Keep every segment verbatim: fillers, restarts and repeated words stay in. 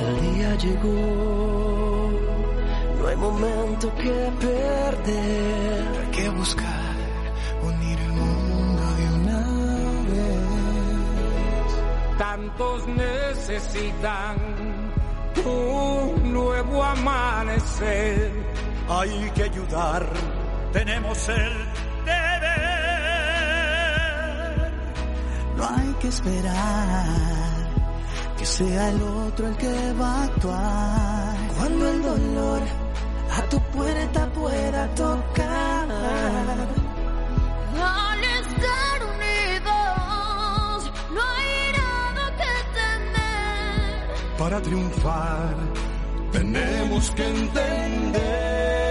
El día llegó, no hay momento que perder. Hay que buscar unir el mundo de una vez. Tantos necesitan un nuevo amanecer. Hay que ayudar, tenemos el deber. No hay que esperar que sea el otro el que va a actuar. Cuando el dolor a tu puerta pueda tocar, al estar unidos no hay nada que temer. Para triunfar tenemos que entender.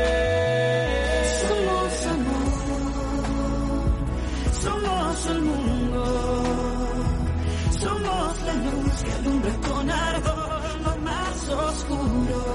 somos amor, somos el mundo, somos la luz que alumbra con ardor lo más oscuro.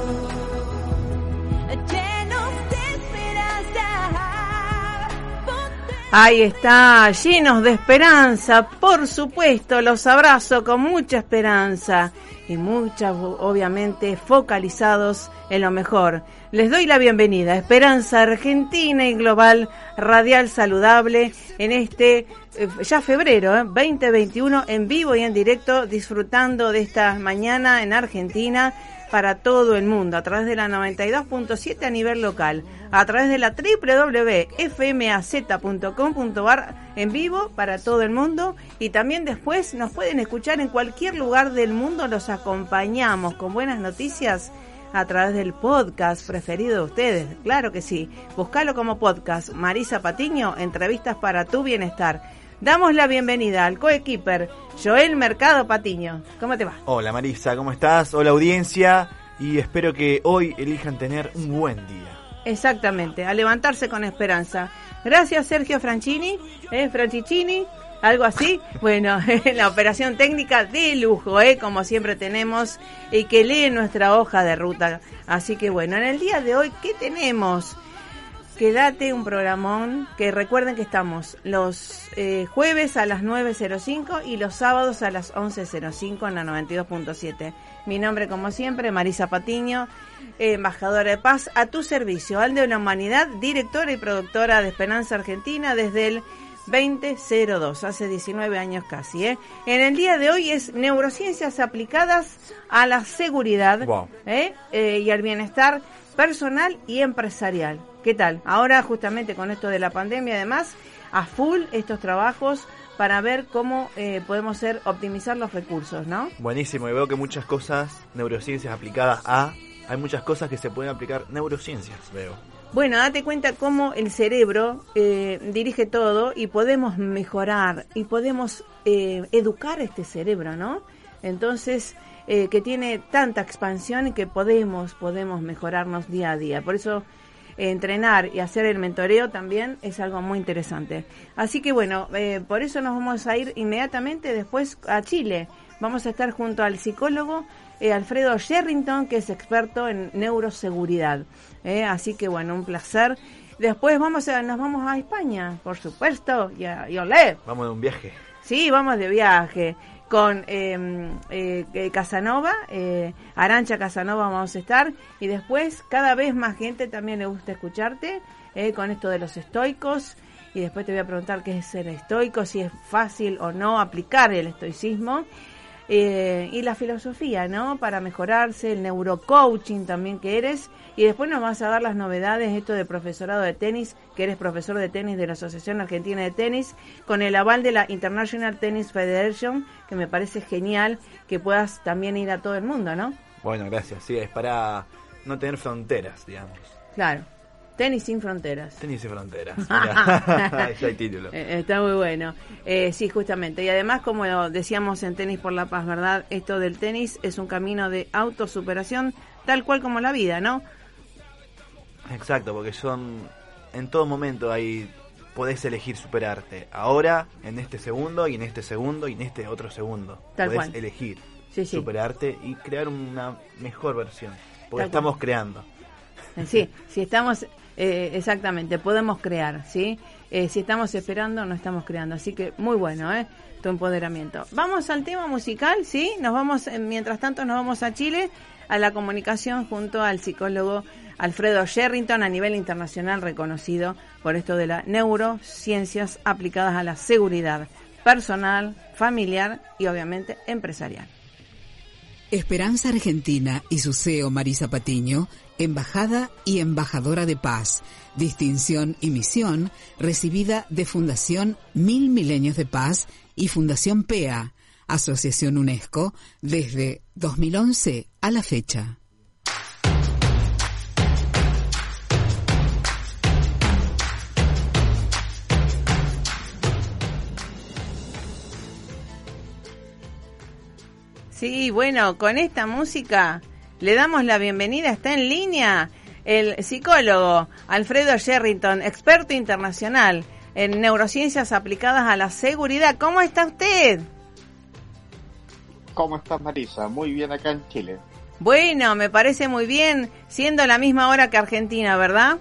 Ahí está, llenos de esperanza, por supuesto, los abrazo con mucha esperanza y muchas, obviamente, focalizados en lo mejor. Les doy la bienvenida, Esperanza Argentina y Global Radial Saludable, en este, eh, ya febrero, eh, veinte veintiuno, en vivo y en directo, disfrutando de esta mañana en Argentina, para todo el mundo, a través de la noventa y dos punto siete a nivel local, a través de la doble u doble u doble u punto f m a z punto com punto a r en vivo para todo el mundo, y también después nos pueden escuchar en cualquier lugar del mundo. Los acompañamos con buenas noticias a través del podcast preferido de ustedes, claro que sí, búscalo como podcast, Marisa Patiño, entrevistas para tu bienestar. Damos la bienvenida al coequiper Joel Mercado Patiño. ¿Cómo te va? Hola Marisa, ¿cómo estás? Hola audiencia, y espero que hoy elijan tener un buen día. Exactamente, a levantarse con esperanza. Gracias Sergio Franchini, eh, Franchichini, algo así. Bueno, la operación técnica de lujo, eh, como siempre tenemos, y que lee nuestra hoja de ruta. Así que bueno, en el día de hoy, ¿qué tenemos? Quédate, un programón, que recuerden que estamos los eh, jueves a las nueve cero cinco y los sábados a las once cero cinco en la noventa y dos punto siete. Mi nombre, como siempre, Marisa Patiño, eh, embajadora de paz a tu servicio, al de la humanidad, directora y productora de Esperanza Argentina desde el veinte cero dos, hace diecinueve años casi. ¿eh? En el día de hoy es neurociencias aplicadas a la seguridad wow. ¿eh? Eh, y al bienestar personal y empresarial. ¿Qué tal? Ahora justamente con esto de la pandemia, además, a full estos trabajos para ver cómo eh, podemos ser, optimizar los recursos, ¿no? Buenísimo, y veo que muchas cosas, neurociencias aplicadas a, hay muchas cosas que se pueden aplicar neurociencias, veo. Bueno, date cuenta cómo el cerebro eh, dirige todo y podemos mejorar y podemos eh, educar este cerebro, ¿no? Entonces, eh, que tiene tanta expansión y que podemos, podemos mejorarnos día a día. Por eso, eh, entrenar y hacer el mentoreo también es algo muy interesante. Así que bueno, eh, por eso nos vamos a ir inmediatamente después a Chile. Vamos a estar junto al psicólogo eh, Alfredo Sherrington, que es experto en neuroseguridad. Eh, así que bueno, un placer. Después vamos a, nos vamos a España, por supuesto, y a, y olé. Vamos de un viaje. Sí, vamos de viaje. Con eh, eh, Casanova, eh, Arantxa Casanova vamos a estar, y después cada vez más gente también le gusta escucharte eh, con esto de los estoicos, y después te voy a preguntar qué es ser estoico, si es fácil o no aplicar el estoicismo, eh, y la filosofía, ¿no? Para mejorarse, el neurocoaching también que eres, y después nos vas a dar las novedades, esto de profesorado de tenis, que eres profesor de tenis de la Asociación Argentina de Tenis, con el aval de la International Tennis Federation, que me parece genial que puedas también ir a todo el mundo, ¿no? Bueno, gracias, sí, es para no tener fronteras, digamos. Claro, tenis sin fronteras. Tenis sin fronteras, ya hay título. Eh, está muy bueno, eh, sí, justamente, y además, como decíamos en Tenis por la Paz, ¿verdad? Esto del tenis es un camino de autosuperación, tal cual como la vida, ¿no? Exacto, porque son, en todo momento hay, podés elegir superarte, ahora, en este segundo, y en este segundo, y en este otro segundo. Tal podés cual. elegir sí, sí. superarte y crear una mejor versión, porque Tal estamos cual. creando. Sí, si estamos, eh, exactamente, podemos crear, ¿sí? Eh, si estamos esperando, no estamos creando. Así que muy bueno, ¿eh? Tu empoderamiento. Vamos al tema musical, ¿sí? Nos vamos, eh, mientras tanto nos vamos a Chile, a la comunicación junto al psicólogo Alfredo Sherrington, a nivel internacional reconocido por esto de las neurociencias aplicadas a la seguridad personal, familiar y obviamente empresarial. Esperanza Argentina y su C E O Marisa Patiño, embajada y embajadora de paz, distinción y misión recibida de Fundación Mil Milenios de Paz y Fundación P E A, Asociación UNESCO, desde dos mil once a la fecha. Sí, bueno, con esta música le damos la bienvenida, está en línea el psicólogo Alfredo Sherrington, experto internacional en neurociencias aplicadas a la seguridad. ¿Cómo está usted? ¿Cómo estás, Marisa? Muy bien acá en Chile. Bueno, me parece muy bien, siendo la misma hora que Argentina, ¿verdad?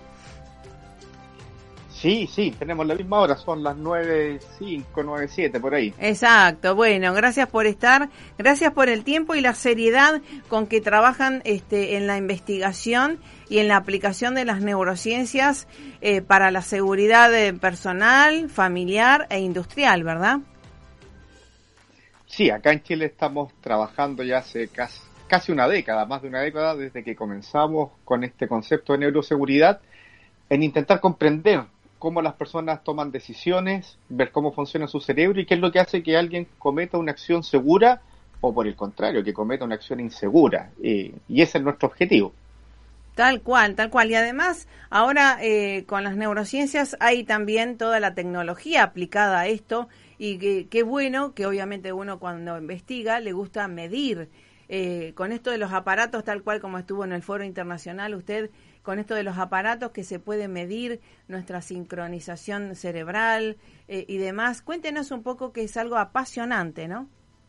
Sí, sí, tenemos la misma hora, son las nueve cinco, nueve siete, por ahí. Exacto, bueno, gracias por estar, gracias por el tiempo y la seriedad con que trabajan este, en la investigación y en la aplicación de las neurociencias eh, para la seguridad eh, personal, familiar e industrial, ¿verdad? Sí, acá en Chile estamos trabajando ya hace casi, casi una década, más de una década, desde que comenzamos con este concepto de neuroseguridad, en intentar comprender cómo las personas toman decisiones, ver cómo funciona su cerebro y qué es lo que hace que alguien cometa una acción segura o, por el contrario, que cometa una acción insegura. Eh, y ese es nuestro objetivo. Tal cual, tal cual. Y además, ahora eh, con las neurociencias hay también toda la tecnología aplicada a esto y qué bueno que obviamente uno cuando investiga le gusta medir. Eh, con esto de los aparatos, tal cual como estuvo en el foro internacional, usted con esto de los aparatos que se puede medir nuestra sincronización cerebral eh, y demás. Cuéntenos un poco, que es algo apasionante, ¿no?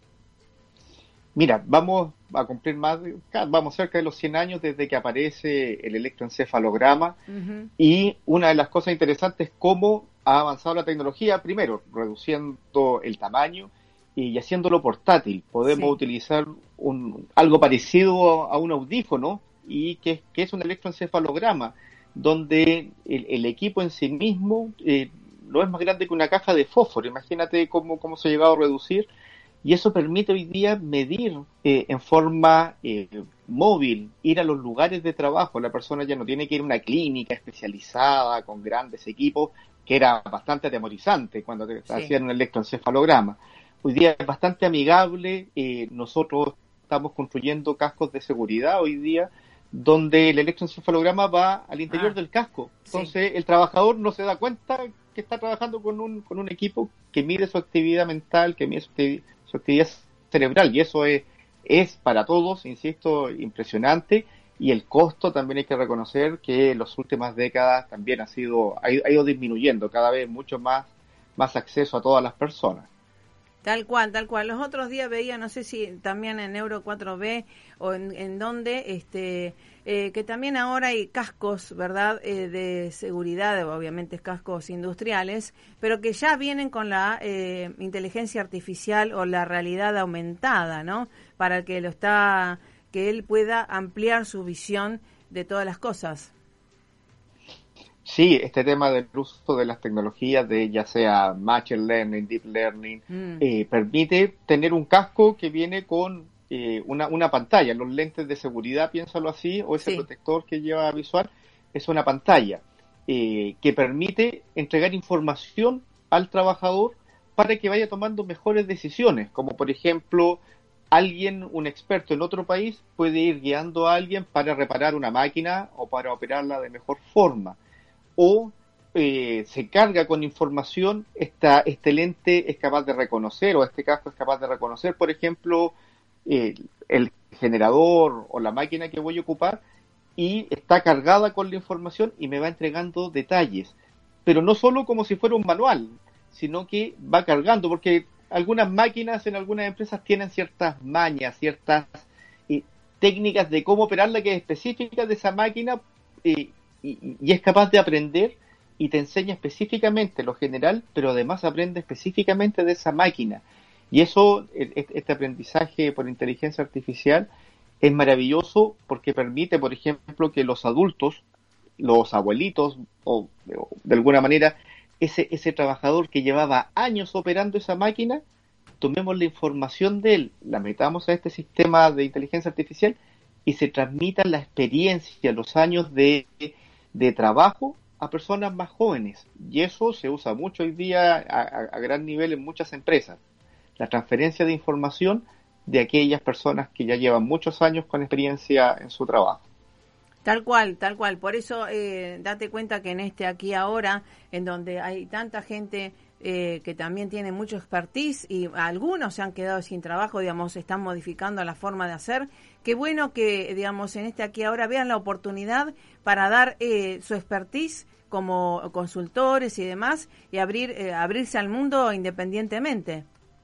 Mira, vamos a cumplir más, de, vamos cerca de los cien años desde que aparece el electroencefalograma. Uh-huh. Y una de las cosas interesantes es cómo ha avanzado la tecnología, primero reduciendo el tamaño y haciéndolo portátil. Podemos sí. utilizar un, algo parecido a un audífono, y que, que es un electroencefalograma, donde el, el equipo en sí mismo eh, no es más grande que una caja de fósforo. Imagínate cómo, cómo se ha llegado a reducir, y eso permite hoy día medir eh, en forma eh, móvil, ir a los lugares de trabajo. La persona ya no tiene que ir a una clínica especializada con grandes equipos, que era bastante atemorizante cuando te sí. hacían un electroencefalograma. Hoy día es bastante amigable. Eh, nosotros estamos construyendo cascos de seguridad hoy día, donde el electroencefalograma va al interior ah, del casco. Entonces, sí. el trabajador no se da cuenta que está trabajando con un con un equipo que mide su actividad mental, que mide su, actividad, su actividad cerebral, y eso es, es para todos, insisto, impresionante. Y el costo también hay que reconocer que en las últimas décadas también ha sido ha, ha ido disminuyendo, cada vez mucho más, más acceso a todas las personas. Tal cual, tal cual. Los otros días veía, no sé si también en Neuro cuatro B o en, en donde, este, eh, que también ahora hay cascos, ¿verdad?, eh, de seguridad, obviamente cascos industriales, pero que ya vienen con la eh, inteligencia artificial o la realidad aumentada, ¿no?, para el que lo está, que él pueda ampliar su visión de todas las cosas. Sí, este tema del uso de las tecnologías, de ya sea Machine Learning, Deep Learning, mm. eh, permite tener un casco que viene con eh, una, una pantalla. Los lentes de seguridad, piénsalo así, o ese sí. protector que lleva visual, es una pantalla eh, que permite entregar información al trabajador para que vaya tomando mejores decisiones, como por ejemplo, alguien, un experto en otro país, puede ir guiando a alguien para reparar una máquina o para operarla de mejor forma. O eh, se carga con información, esta, este lente es capaz de reconocer, o este casco es capaz de reconocer, por ejemplo, eh, el generador o la máquina que voy a ocupar, y está cargada con la información y me va entregando detalles. Pero no solo como si fuera un manual, sino que va cargando, porque algunas máquinas en algunas empresas tienen ciertas mañas, ciertas eh, técnicas de cómo operarla que es específica de esa máquina, eh, y, y es capaz de aprender y te enseña específicamente lo general, pero además aprende específicamente de esa máquina. Y eso, este aprendizaje por inteligencia artificial es maravilloso porque permite, por ejemplo, que los adultos, los abuelitos, o, o de alguna manera, ese, ese trabajador que llevaba años operando esa máquina, tomemos la información de él, la metamos a este sistema de inteligencia artificial y se transmita la experiencia, los años de, de trabajo a personas más jóvenes. Y eso se usa mucho hoy día a, a, a gran nivel en muchas empresas. La transferencia de información de aquellas personas que ya llevan muchos años con experiencia en su trabajo. Tal cual, tal cual. Por eso eh, date cuenta que en este aquí ahora, en donde hay tanta gente eh, que también tiene mucho expertise y algunos se han quedado sin trabajo, digamos, están modificando la forma de hacer. Qué bueno que, digamos, en este aquí ahora vean la oportunidad para dar eh, su expertise como consultores y demás y abrir eh, abrirse al mundo independientemente.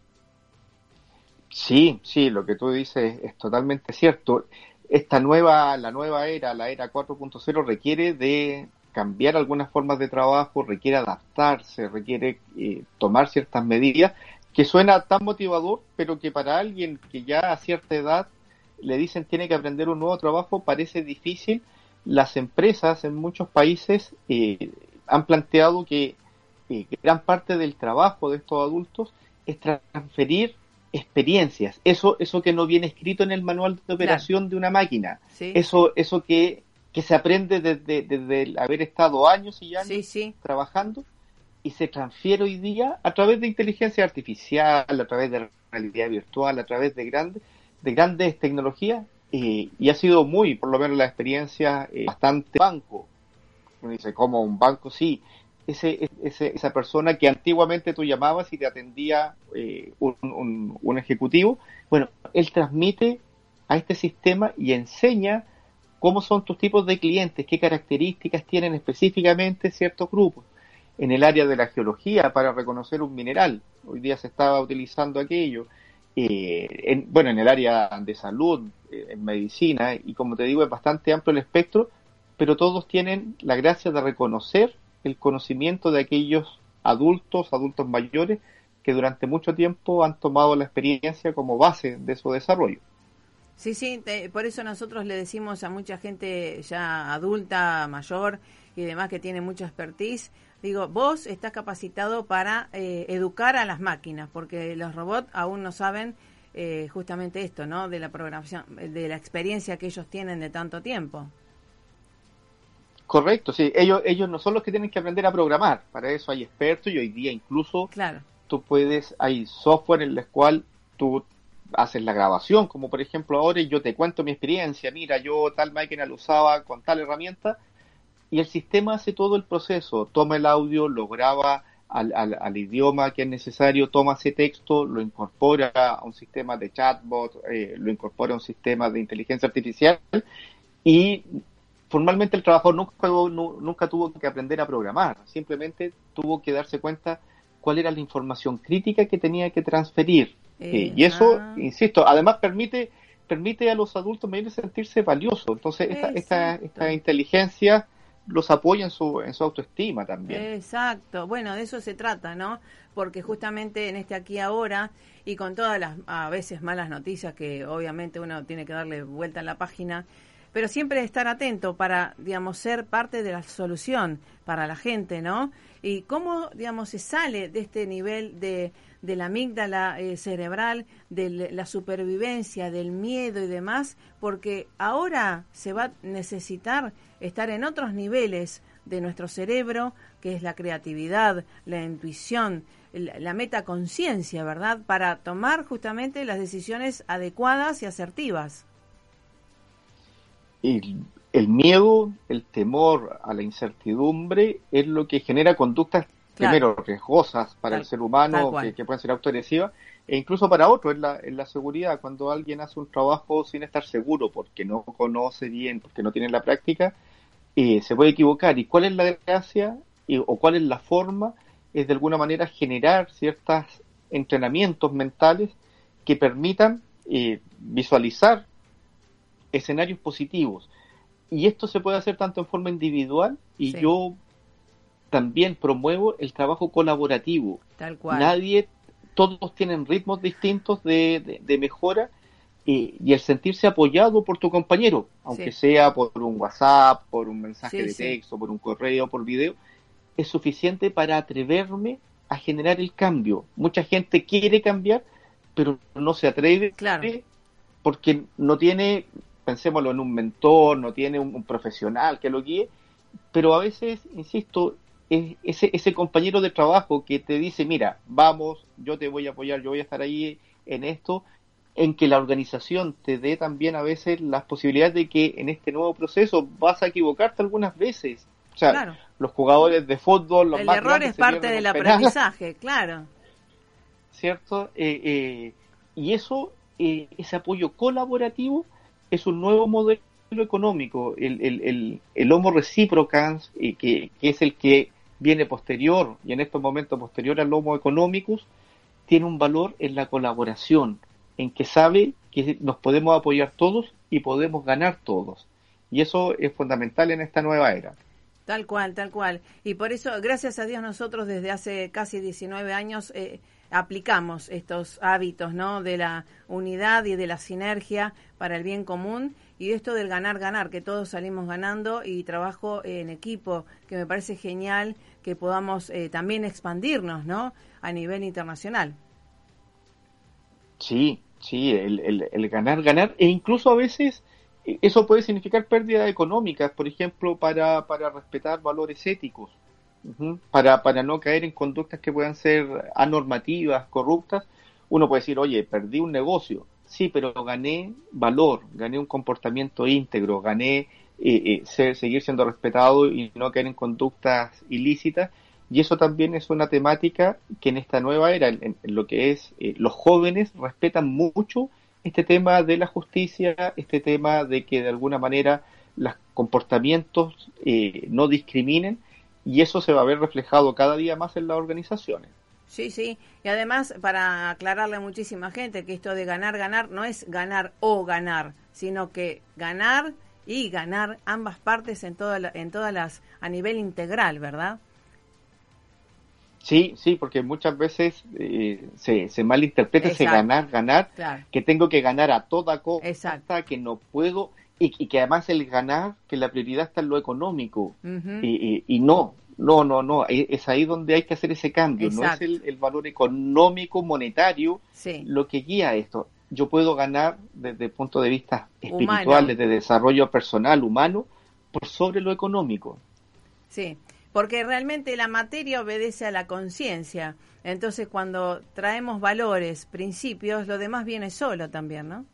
Sí, sí, lo que tú dices es totalmente cierto. Esta nueva, la nueva era, la era cuatro punto cero, requiere de cambiar algunas formas de trabajo, requiere adaptarse, requiere eh, tomar ciertas medidas, que suena tan motivador, pero que para alguien que ya a cierta edad le dicen tiene que aprender un nuevo trabajo, parece difícil. Las empresas en muchos países eh, han planteado que eh, gran parte del trabajo de estos adultos es transferir experiencias, eso eso que no viene escrito en el manual de operación claro. de una máquina, sí. eso eso que, que se aprende desde, desde haber estado años y años sí, sí. trabajando y se transfiere hoy día a través de inteligencia artificial, a través de realidad virtual, a través de grandes de grandes tecnologías eh, y ha sido muy, por lo menos la experiencia eh, bastante banco. Uno dice, ¿cómo un banco? Sí. Ese, ese, esa persona que antiguamente tú llamabas y te atendía eh, un, un, un ejecutivo, bueno, él transmite a este sistema y enseña cómo son tus tipos de clientes, qué características tienen específicamente ciertos grupos. En el área de la geología, para reconocer un mineral, hoy día se estaba utilizando aquello, eh, en, bueno, en el área de salud, eh, en medicina, y como te digo, es bastante amplio el espectro, pero todos tienen la gracia de reconocer el conocimiento de aquellos adultos, adultos mayores, que durante mucho tiempo han tomado la experiencia como base de su desarrollo. Sí, sí, te, por eso nosotros le decimos a mucha gente ya adulta, mayor y demás que tiene mucha expertise, digo, vos estás capacitado para eh, educar a las máquinas, porque los robots aún no saben eh, justamente esto, ¿no? De la programación, de la experiencia que ellos tienen de tanto tiempo. Correcto, sí. Ellos ellos no son los que tienen que aprender a programar. Para eso hay expertos y hoy día incluso claro. tú puedes, hay software en el cual tú haces la grabación, como por ejemplo ahora yo te cuento mi experiencia. Mira, yo tal máquina lo usaba con tal herramienta y el sistema hace todo el proceso. Toma el audio, lo graba al, al, al idioma que es necesario, toma ese texto, lo incorpora a un sistema de chatbot, eh, lo incorpora a un sistema de inteligencia artificial y formalmente el trabajador nunca, nunca tuvo que aprender a programar, simplemente tuvo que darse cuenta cuál era la información crítica que tenía que transferir. Eh, y eso, ah. insisto, además permite permite a los adultos mayores sentirse valiosos. Entonces esta, esta, esta inteligencia los apoya en su, en su autoestima también. Exacto, bueno, de eso se trata, ¿no? Porque justamente en este aquí ahora y con todas las a veces malas noticias que obviamente uno tiene que darle vuelta a la página, pero siempre estar atento para, digamos, ser parte de la solución para la gente, ¿no? Y cómo, digamos, se sale de este nivel de, de la amígdala eh, cerebral, de la supervivencia, del miedo y demás, porque ahora se va a necesitar estar en otros niveles de nuestro cerebro, que es la creatividad, la intuición, la, la metaconciencia, ¿verdad? Para tomar justamente las decisiones adecuadas y asertivas. El, el miedo, el temor a la incertidumbre es lo que genera conductas claro. primero riesgosas para tal, el ser humano, que, que pueden ser autoagresivas, e incluso para otros, en la, en la seguridad. Cuando alguien hace un trabajo sin estar seguro, porque no conoce bien, porque no tiene la práctica, eh, se puede equivocar. ¿Y cuál es la gracia eh, o cuál es la forma? Es de alguna manera generar ciertos entrenamientos mentales que permitan eh, visualizar escenarios positivos. y esto se puede hacer tanto en forma individual, y sí. yo también promuevo el trabajo colaborativo. Tal cual. Nadie, todos tienen ritmos distintos de, de, de mejora, y, y el sentirse apoyado por tu compañero, aunque sí. sea por un WhatsApp, por un mensaje sí, de texto, sí. por un correo, por video, es suficiente para atreverme a generar el cambio. Mucha gente quiere cambiar, pero no se atreve, claro. porque no tiene, pensémoslo, en un mentor, no tiene un, un profesional que lo guíe, pero a veces, insisto, es ese, ese compañero de trabajo que te dice, mira, vamos, yo te voy a apoyar, yo voy a estar ahí en esto, en que la organización te dé también a veces las posibilidades de que en este nuevo proceso vas a equivocarte algunas veces. O sea, claro. los jugadores de fútbol, los el más error es parte del aprendizaje, claro. ¿Cierto? Eh, eh, y eso, eh, ese apoyo colaborativo es un nuevo modelo económico, el, el, el, el homo reciprocans, eh, que, que es el que viene posterior, y en estos momentos posterior al homo economicus, tiene un valor en la colaboración, en que sabe que nos podemos apoyar todos y podemos ganar todos. Y eso es fundamental en esta nueva era. Tal cual, tal cual. Y por eso, gracias a Dios, nosotros desde hace casi diecinueve años eh, aplicamos estos hábitos, ¿no? De la unidad y de la sinergia para el bien común, y esto del ganar, ganar, que todos salimos ganando, y trabajo en equipo, que me parece genial que podamos eh, también expandirnos, ¿no? A nivel internacional. Sí, sí, el, el, el ganar, ganar, e incluso a veces eso puede significar pérdidas económicas, por ejemplo, para, para respetar valores éticos, uh-huh, para, para no caer en conductas que puedan ser anormativas, corruptas. Uno puede decir, oye, perdí un negocio, sí, pero gané valor, gané un comportamiento íntegro, gané eh, eh, ser, seguir siendo respetado y no caer en conductas ilícitas, y eso también es una temática que en esta nueva era, en, en lo que es, eh, los jóvenes respetan mucho este tema de la justicia, este tema de que de alguna manera los comportamientos eh, no discriminen, y eso se va a ver reflejado cada día más en las organizaciones. Sí, sí, y además para aclararle a muchísima gente que esto de ganar, ganar no es ganar o ganar, sino que ganar y ganar ambas partes en, toda la, en todas las, a nivel integral, ¿verdad? Sí, sí, porque muchas veces eh, se, se malinterpreta ese ganar, ganar, claro. que tengo que ganar a toda costa, exacto. que no puedo, y, y que además el ganar, que la prioridad está en lo económico, uh-huh. y, y, y no, no, no, no, es ahí donde hay que hacer ese cambio, exacto. no es el, el valor económico, monetario, sí. lo que guía esto. Yo puedo ganar desde el punto de vista espiritual, humano. desde desarrollo personal, humano, por sobre lo económico. Sí. Porque realmente la materia obedece a la conciencia. Entonces, cuando traemos valores, principios, lo demás viene solo también, ¿no?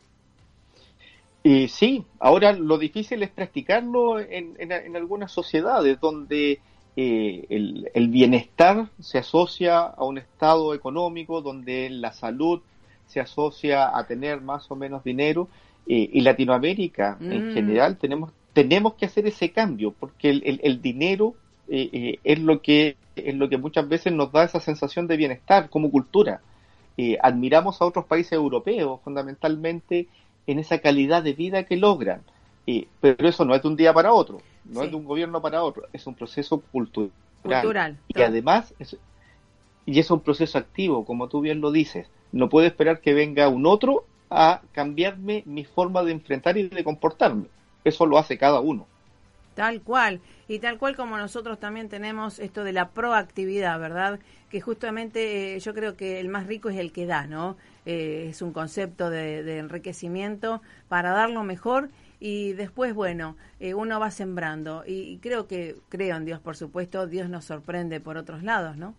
Y sí, ahora lo difícil es practicarlo en, en, en algunas sociedades donde eh, el, el bienestar se asocia a un estado económico, donde la salud se asocia a tener más o menos dinero, eh, y Latinoamérica mm. en general tenemos tenemos que hacer ese cambio, porque el, el, el dinero Eh, eh, es lo que es lo que muchas veces nos da esa sensación de bienestar como cultura. Eh, admiramos a otros países europeos fundamentalmente en esa calidad de vida que logran, eh, pero eso no es de un día para otro, no sí. es de un gobierno para otro, es un proceso cultural, cultural y todo. además es, y es un proceso activo, como tú bien lo dices. No puedo esperar que venga un otro a cambiarme mi forma de enfrentar y de comportarme. Eso lo hace cada uno. Tal cual, y tal cual como nosotros también tenemos esto de la proactividad, ¿verdad? Que justamente eh, yo creo que el más rico es el que da, ¿no? Eh, es un concepto de, de enriquecimiento para dar lo mejor, y después, bueno, eh, uno va sembrando, y, y creo que, creo en Dios, por supuesto, Dios nos sorprende por otros lados, ¿no?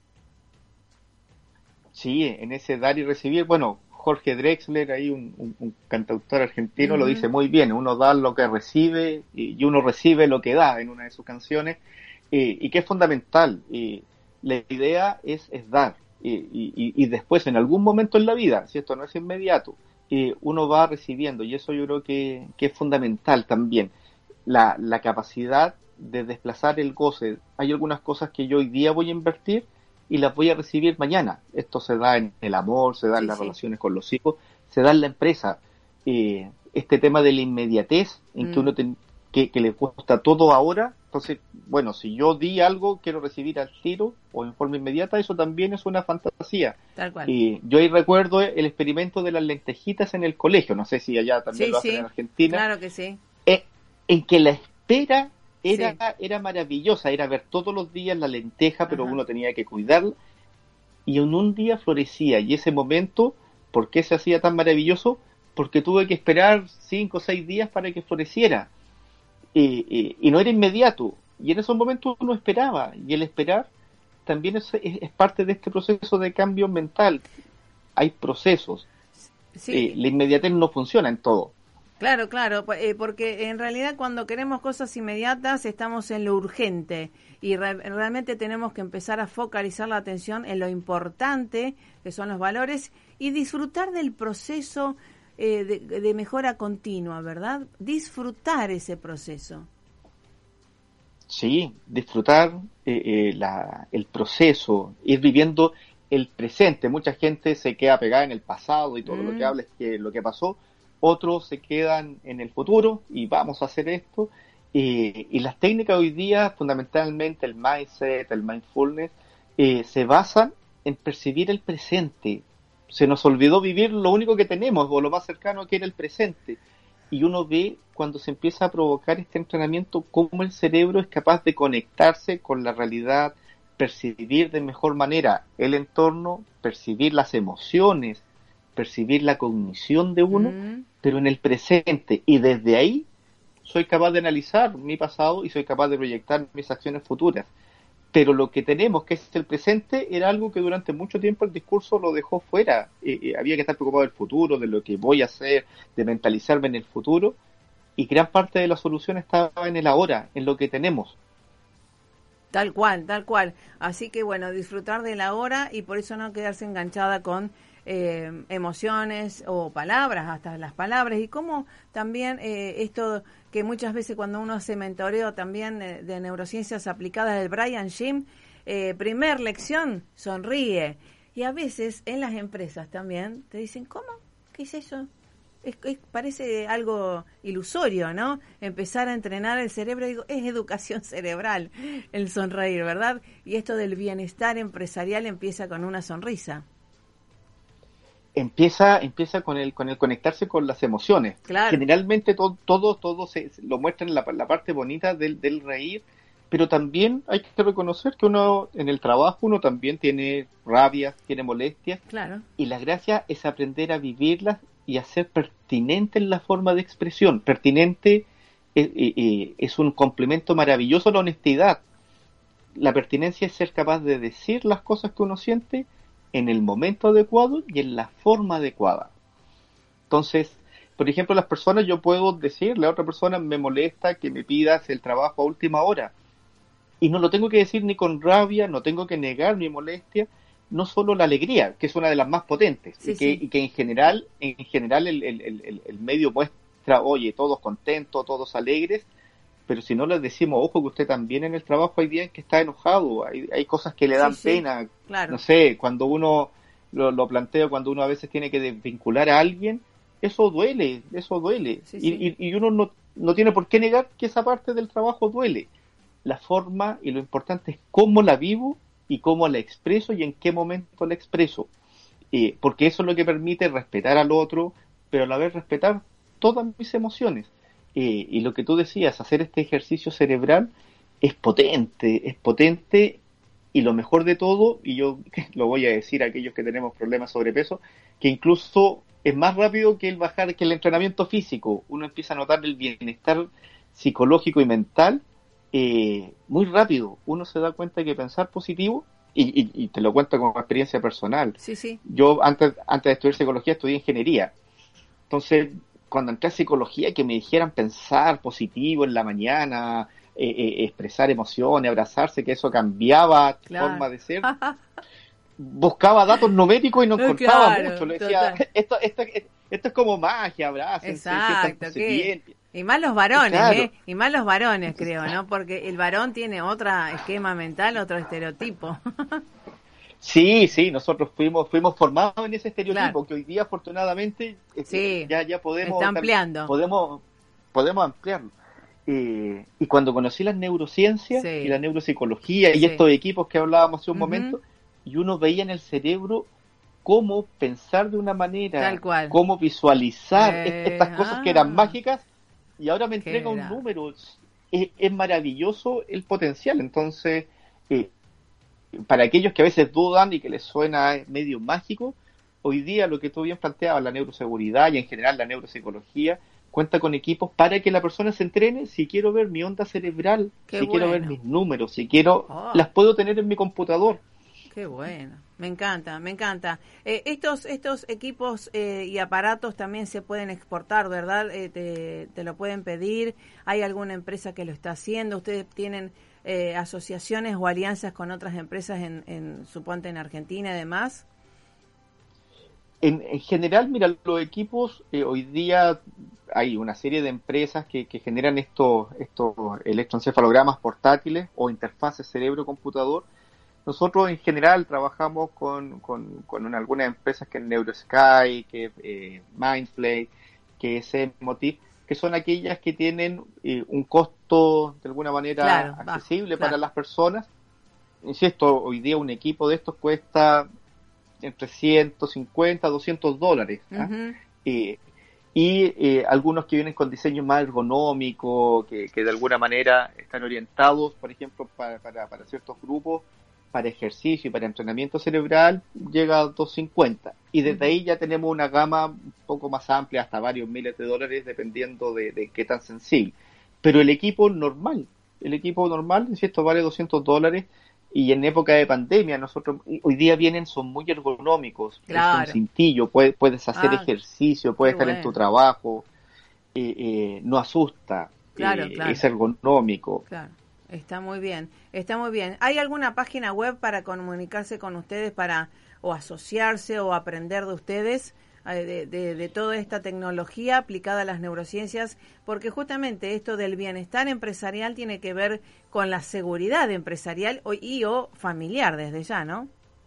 Sí, en ese dar y recibir, bueno, Jorge Drexler, ahí un, un, un cantautor argentino, uh-huh. lo dice muy bien, uno da lo que recibe y, y uno recibe lo que da, en una de sus canciones, eh, y que es fundamental. Eh, la idea es, es dar, eh, y, y después en algún momento en la vida, si esto no es inmediato, eh, uno va recibiendo, y eso yo creo que, que es fundamental también, la, la capacidad de desplazar el goce. Hay algunas cosas que yo hoy día voy a invertir y las voy a recibir mañana. Esto se da en el amor, se da en sí, las sí. relaciones con los hijos, se da en la empresa. Eh, este tema de la inmediatez, en mm. que uno te, que, que les gusta todo ahora. Entonces, bueno, si yo di algo, quiero recibir al tiro o en forma inmediata, eso también es una fantasía. Tal cual. Y yo ahí recuerdo el experimento de las lentejitas en el colegio, no sé si allá también sí, lo hacen sí, en Argentina. Claro que sí. Eh, en que la espera era, sí. era maravillosa, era ver todos los días la lenteja, pero Ajá. uno tenía que cuidarla, y en un día florecía, y ese momento, ¿por qué se hacía tan maravilloso? Porque tuve que esperar cinco o seis días para que floreciera. Eh, eh, y no era inmediato, y en esos momentos uno esperaba, y el esperar también es, es, es parte de este proceso de cambio mental. Hay procesos, sí. eh, la inmediatez no funciona en todo. Claro, claro, eh, porque en realidad cuando queremos cosas inmediatas estamos en lo urgente, y re- realmente tenemos que empezar a focalizar la atención en lo importante, que son los valores, y disfrutar del proceso Eh, de, de mejora continua, ¿verdad? Disfrutar ese proceso. Sí, disfrutar eh, eh, la, el proceso, ir viviendo el presente. Mucha gente se queda pegada en el pasado y todo mm. lo que habla es que lo que pasó. Otros se quedan en el futuro y vamos a hacer esto. Eh, y las técnicas hoy día, fundamentalmente el mindset, el mindfulness, eh, se basan en percibir el presente. Se nos olvidó vivir lo único que tenemos, o lo más cercano que era el presente. Y uno ve, cuando se empieza a provocar este entrenamiento, cómo el cerebro es capaz de conectarse con la realidad, percibir de mejor manera el entorno, percibir las emociones, percibir la cognición de uno, mm. pero en el presente. Y desde ahí soy capaz de analizar mi pasado y soy capaz de proyectar mis acciones futuras. Pero lo que tenemos, que es el presente, era algo que durante mucho tiempo el discurso lo dejó fuera. Eh, eh, había que estar preocupado del futuro, de lo que voy a hacer, de mentalizarme en el futuro, y gran parte de la solución estaba en el ahora, en lo que tenemos. Tal cual, tal cual. Así que bueno, disfrutar del ahora y por eso no quedarse enganchada con eh, emociones o palabras, hasta las palabras. Y cómo también eh, esto que muchas veces cuando uno hace mentoreo también eh, de neurociencias aplicadas del Brian Jim, eh, primer lección, sonríe. Y a veces en las empresas también te dicen, ¿cómo? ¿Qué es eso? Es, es, parece algo ilusorio, ¿no? Empezar a entrenar el cerebro, digo, es educación cerebral el sonreír, ¿verdad? Y esto del bienestar empresarial empieza con una sonrisa. Empieza empieza con el con el conectarse con las emociones. Claro. Generalmente todo todo, todo se, se lo muestra en la, la parte bonita del, del reír, pero también hay que reconocer que uno en el trabajo uno también tiene rabias, tiene molestias. Claro. Y la gracia es aprender a vivirlas y a ser pertinente en la forma de expresión. Pertinente eh, eh, es un complemento maravilloso a la honestidad. La pertinencia es ser capaz de decir las cosas que uno siente en el momento adecuado y en la forma adecuada. Entonces, por ejemplo, las personas, yo puedo decirle a otra persona, me molesta que me pidas el trabajo a última hora. Y no lo tengo que decir ni con rabia, no tengo que negar mi molestia, no solo la alegría, que es una de las más potentes, sí, y, que, sí. y que en general, en general el, el, el, el medio muestra, oye, todos contentos, todos alegres, pero si no les decimos, ojo, que usted también en el trabajo hay días que está enojado, hay, hay cosas que le dan sí, sí, pena, claro. No sé, cuando uno lo, lo plantea, cuando uno a veces tiene que desvincular a alguien, eso duele, eso duele, sí, y, sí. y, y uno no, no tiene por qué negar que esa parte del trabajo duele. La forma y lo importante es cómo la vivo y cómo la expreso y en qué momento la expreso, eh, porque eso es lo que permite respetar al otro, pero a la vez respetar todas mis emociones. Eh, y lo que tú decías, hacer este ejercicio cerebral es potente, es potente, y lo mejor de todo, y yo lo voy a decir a aquellos que tenemos problemas de sobrepeso, que incluso es más rápido que el bajar, que el entrenamiento físico. Uno empieza a notar el bienestar psicológico y mental eh, muy rápido. Uno se da cuenta que pensar positivo, y, y, y te lo cuento como experiencia personal. Sí, sí. Yo antes, antes de estudiar psicología estudié ingeniería. Entonces, cuando entré a psicología, que me dijeran pensar positivo en la mañana, eh, eh, expresar emociones, abrazarse, que eso cambiaba tu claro. forma de ser, buscaba datos numéricos y no encontraba claro, mucho. Le decía, esto, esto, esto es como magia, abrácense, exacto, bien. Y más los varones, claro. ¿eh? Y más los varones, creo, ¿no? Porque el varón tiene otro esquema mental, otro estereotipo. Sí, sí, nosotros fuimos fuimos formados en ese estereotipo, claro, que hoy día afortunadamente sí, ya ya podemos está ampliando. podemos podemos ampliarlo. Eh, y cuando conocí las neurociencias, sí, y la neuropsicología, sí, y estos equipos que hablábamos hace un uh-huh. momento, y uno veía en el cerebro cómo pensar de una manera, tal cual, cómo visualizar eh, estas cosas ah, que eran mágicas, y ahora me entrega un era? número. Es, es maravilloso el potencial. Entonces, eh, para aquellos que a veces dudan y que les suena medio mágico, hoy día lo que tú bien planteabas, la neuroseguridad y en general la neuropsicología, cuenta con equipos para que la persona se entrene. Si quiero ver mi onda cerebral, Qué si bueno. quiero ver mis números, si quiero, oh. las puedo tener en mi computador. Qué bueno, me encanta, me encanta. Eh, estos estos equipos eh, y aparatos también se pueden exportar, ¿verdad? Eh, te, te lo pueden pedir. ¿Hay alguna empresa que lo está haciendo? ¿Ustedes tienen eh, asociaciones o alianzas con otras empresas, en, en suponte en Argentina y demás? En, en general, mira, los equipos, eh, hoy día hay una serie de empresas que, que generan estos, estos electroencefalogramas portátiles o interfaces cerebro-computador. Nosotros en general trabajamos con, con, con algunas empresas que es NeuroSky, que es eh, Mindplay, que es Emotiv, que son aquellas que tienen eh, un costo de alguna manera claro, accesible va, para claro. las personas. Insisto, hoy día un equipo de estos cuesta entre ciento cincuenta a doscientos dólares. ¿eh? Uh-huh. Eh, y eh, algunos que vienen con diseños más ergonómicos, que, que de alguna manera están orientados, por ejemplo, para, para, para ciertos grupos, para ejercicio y para entrenamiento cerebral, llega a doscientos cincuenta. Y desde uh-huh. ahí ya tenemos una gama un poco más amplia, hasta varios miles de dólares, dependiendo de, de qué tan sensible. Pero el equipo normal, el equipo normal, insisto, vale doscientos dólares. Y en época de pandemia, nosotros hoy día vienen, son muy ergonómicos, claro. son cintillo, puedes, puedes hacer ah, ejercicio, puedes estar bueno. en tu trabajo, eh, eh, no asusta, claro, eh, claro. es ergonómico. Claro, está muy bien, está muy bien. ¿Hay alguna página web para comunicarse con ustedes, para o asociarse o aprender de ustedes? De, de, de toda esta tecnología aplicada a las neurociencias, porque justamente esto del bienestar empresarial tiene que ver con la seguridad empresarial o, y o familiar desde ya, ¿no?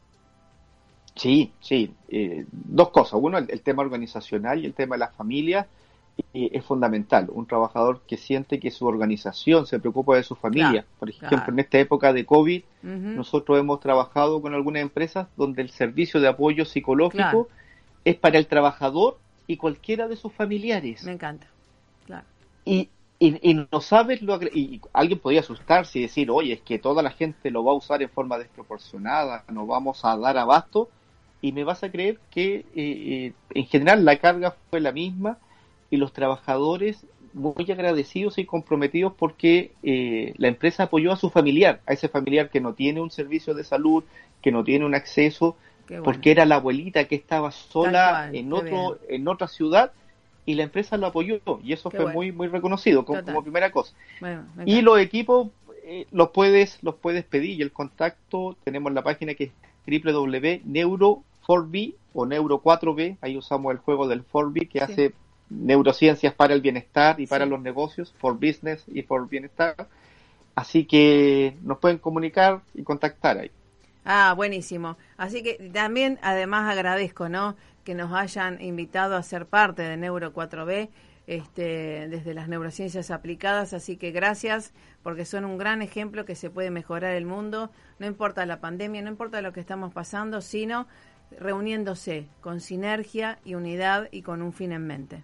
Sí, sí, eh, dos cosas. Uno, el, el tema organizacional y el tema de las familias eh, es fundamental. Un trabajador que siente que su organización se preocupa de su familia. Claro, por ejemplo, claro. en esta época de COVID, uh-huh. nosotros hemos trabajado con algunas empresas donde el servicio de apoyo psicológico claro. es para el trabajador y cualquiera de sus familiares. Me encanta, claro. Y, y, y no sabes lo agre- y alguien podría asustarse y decir, oye, es que toda la gente lo va a usar en forma desproporcionada, no vamos a dar abasto, y me vas a creer que eh, eh, en general la carga fue la misma y los trabajadores muy agradecidos y comprometidos porque eh, la empresa apoyó a su familiar, a ese familiar que no tiene un servicio de salud, que no tiene un acceso, bueno. porque era la abuelita que estaba sola en otro en otra ciudad y la empresa lo apoyó y eso Qué fue bueno. muy muy reconocido como, como primera cosa. Bueno, y los equipos eh, los puedes los puedes pedir y el contacto tenemos la página que es doble u doble u doble u punto neuro cuatro b o neuro cuatro b, ahí usamos el juego del cuatro b que sí. hace neurociencias para el bienestar y para sí. los negocios, for business y for bienestar. Así que nos pueden comunicar y contactar ahí. Ah, buenísimo. Así que también, además, agradezco, ¿no?, que nos hayan invitado a ser parte de Neuro cuatro b, este, desde las neurociencias aplicadas. Así que gracias, porque son un gran ejemplo que se puede mejorar el mundo. No importa la pandemia, no importa lo que estamos pasando, sino reuniéndose con sinergia y unidad y con un fin en mente.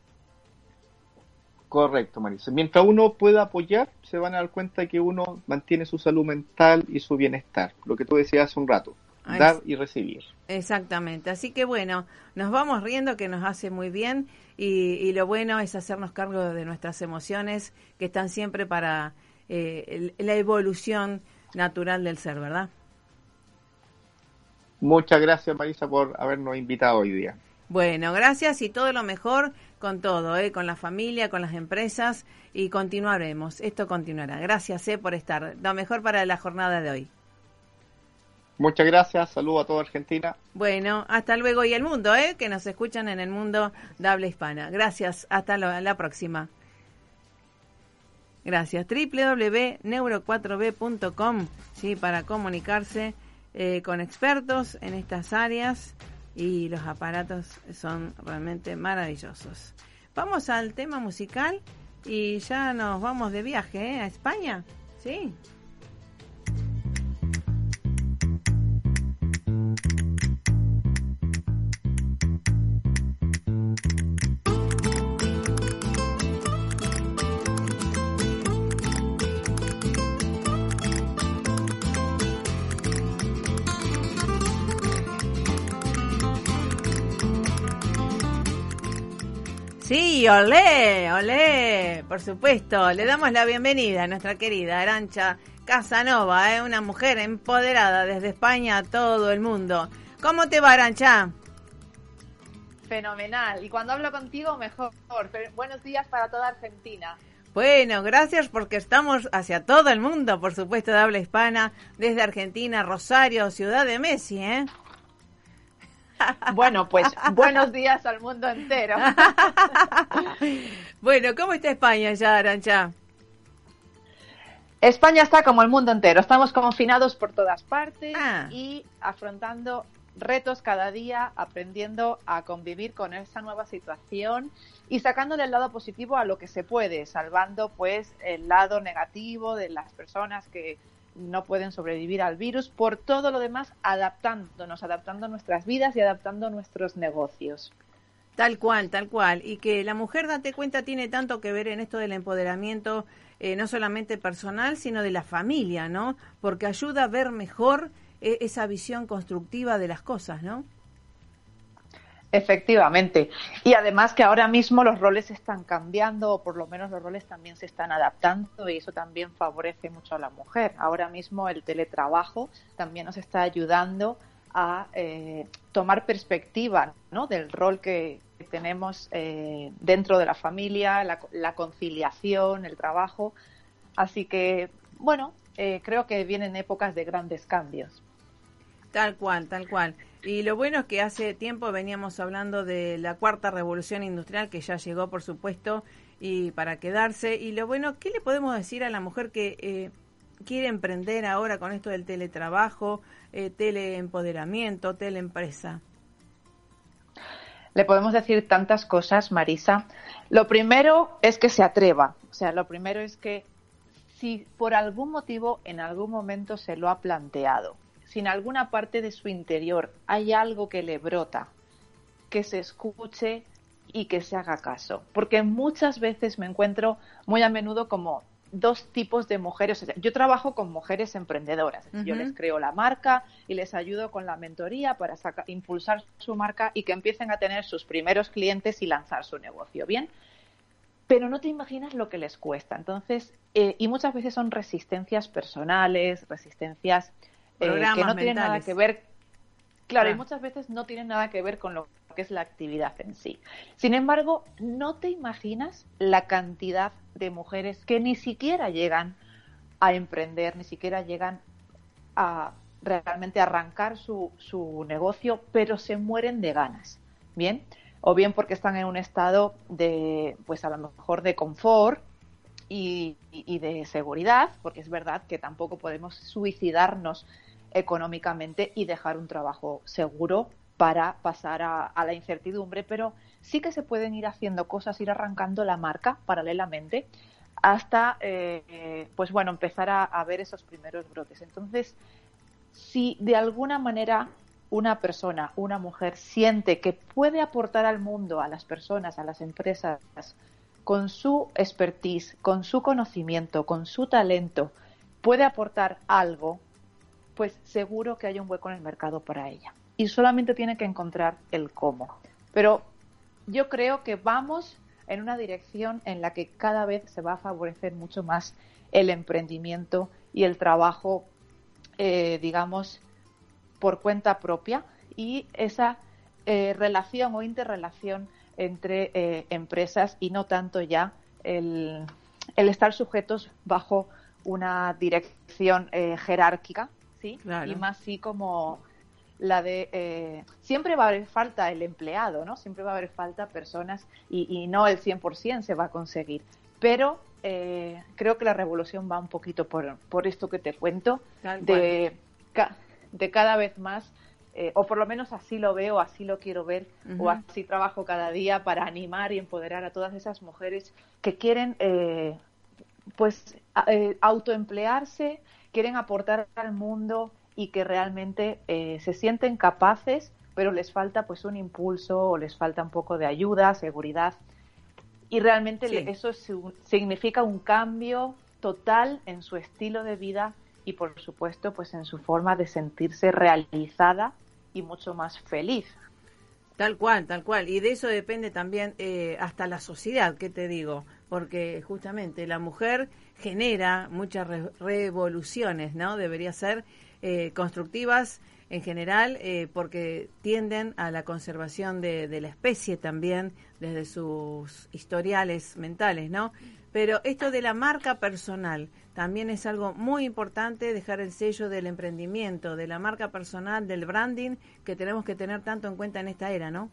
Correcto, Marisa. Mientras uno pueda apoyar, se van a dar cuenta que uno mantiene su salud mental y su bienestar. Lo que tú decías hace un rato, Ay, dar y recibir. Exactamente. Así que bueno, nos vamos riendo, que nos hace muy bien, y, y lo bueno es hacernos cargo de nuestras emociones, que están siempre para eh, el, la evolución natural del ser, ¿verdad? Muchas gracias, Marisa, por habernos invitado hoy día. Bueno, gracias y todo lo mejor con todo, ¿eh? Con la familia, con las empresas, y continuaremos. Esto continuará. Gracias eh, por estar. Lo mejor para la jornada de hoy. Muchas gracias. Saludos a toda Argentina. Bueno, hasta luego. Y el mundo, ¿eh? Que nos escuchan en el mundo de habla hispana. Gracias. Hasta lo, la próxima. Gracias. doble u doble u doble u punto neuro cuatro b punto com, ¿sí? Para comunicarse eh, con expertos en estas áreas y los aparatos son realmente maravillosos. Vamos al tema musical y ya nos vamos de viaje, ¿eh? A España, ¿sí? Sí, olé, olé, por supuesto. Le damos la bienvenida a nuestra querida Arantxa Casanova, ¿eh? Una mujer empoderada desde España a todo el mundo. ¿Cómo te va, Arantxa? Fenomenal. Y cuando hablo contigo, mejor. Buenos días para toda Argentina. Bueno, gracias porque estamos hacia todo el mundo, por supuesto, de habla hispana, desde Argentina, Rosario, ciudad de Messi, ¿eh? Bueno, pues buenos días al mundo entero. Bueno, ¿cómo está España ya, Arantxa? España está como el mundo entero. Estamos confinados por todas partes ah. y afrontando retos cada día, aprendiendo a convivir con esa nueva situación y sacándole el lado positivo a lo que se puede, salvando pues el lado negativo de las personas que no pueden sobrevivir al virus, por todo lo demás adaptándonos, adaptando nuestras vidas y adaptando nuestros negocios. Tal cual, tal cual. Y que la mujer, date cuenta, tiene tanto que ver en esto del empoderamiento, eh, no solamente personal, sino de la familia, ¿no? Porque ayuda a ver mejor eh, esa visión constructiva de las cosas, ¿no? Efectivamente. Y además que ahora mismo los roles están cambiando, o por lo menos los roles también se están adaptando, y eso también favorece mucho a la mujer. Ahora mismo el teletrabajo también nos está ayudando a eh, tomar perspectiva, ¿no?, del rol que tenemos eh, dentro de la familia, la, la conciliación, el trabajo. Así que, bueno, eh, creo que vienen épocas de grandes cambios. Tal cual, tal cual. Y lo bueno es que hace tiempo veníamos hablando de la cuarta revolución industrial, que ya llegó, por supuesto, y para quedarse. Y lo bueno, ¿qué le podemos decir a la mujer que eh, quiere emprender ahora con esto del teletrabajo, eh, teleempoderamiento, teleempresa? Le podemos decir tantas cosas, Marisa. Lo primero es que se atreva. O sea, lo primero es que si por algún motivo en algún momento se lo ha planteado, si en alguna parte de su interior hay algo que le brota, que se escuche y que se haga caso. Porque muchas veces me encuentro muy a menudo como dos tipos de mujeres. O sea, yo trabajo con mujeres emprendedoras. Uh-huh. Yo les creo la marca y les ayudo con la mentoría para saca, impulsar su marca y que empiecen a tener sus primeros clientes y lanzar su negocio. ¿Bien? Pero no te imaginas lo que les cuesta. Entonces, eh, y muchas veces son resistencias personales, resistencias Eh, que no tienen nada que ver, claro, ah. y muchas veces no tienen nada que ver con lo que es la actividad en sí. Sin embargo, no te imaginas la cantidad de mujeres que ni siquiera llegan a emprender, ni siquiera llegan a realmente arrancar su, su negocio, pero se mueren de ganas, ¿bien? O bien porque están en un estado de, pues a lo mejor de confort y, y de seguridad, porque es verdad que tampoco podemos suicidarnos económicamente y dejar un trabajo seguro para pasar a, a la incertidumbre, pero sí que se pueden ir haciendo cosas, ir arrancando la marca paralelamente hasta, eh, pues bueno, empezar a, a ver esos primeros brotes. Entonces, si de alguna manera una persona, una mujer, siente que puede aportar al mundo, a las personas, a las empresas, con su expertise, con su conocimiento, con su talento, puede aportar algo, pues seguro que hay un hueco en el mercado para ella. Y solamente tiene que encontrar el cómo. Pero yo creo que vamos en una dirección en la que cada vez se va a favorecer mucho más el emprendimiento y el trabajo, eh, digamos, por cuenta propia, y esa eh, relación o interrelación entre eh, empresas, y no tanto ya el, el estar sujetos bajo una dirección eh, jerárquica, ¿sí? Claro. Y más sí como la de eh, siempre va a haber falta el empleado, ¿no? Siempre va a haber falta personas y, y no el cien por ciento se va a conseguir. Pero eh, creo que la revolución va un poquito por, por esto que te cuento, Tal de ca- de cada vez más, eh, o por lo menos así lo veo, así lo quiero ver, uh-huh. o así trabajo cada día para animar y empoderar a todas esas mujeres que quieren eh, pues eh, autoemplearse, quieren aportar al mundo y que realmente eh, se sienten capaces, pero les falta pues un impulso o les falta un poco de ayuda, seguridad. Y realmente sí. eso es, significa un cambio total en su estilo de vida y, por supuesto, pues en su forma de sentirse realizada y mucho más feliz. Tal cual, tal cual. Y de eso depende también eh, hasta la sociedad, ¿qué te digo? Porque justamente la mujer genera muchas re- revoluciones, ¿no? Debería ser eh, constructivas en general, eh, porque tienden a la conservación de, de la especie también, desde sus historiales mentales, ¿no? Pero esto de la marca personal también es algo muy importante, dejar el sello del emprendimiento, de la marca personal, del branding, que tenemos que tener tanto en cuenta en esta era, ¿no?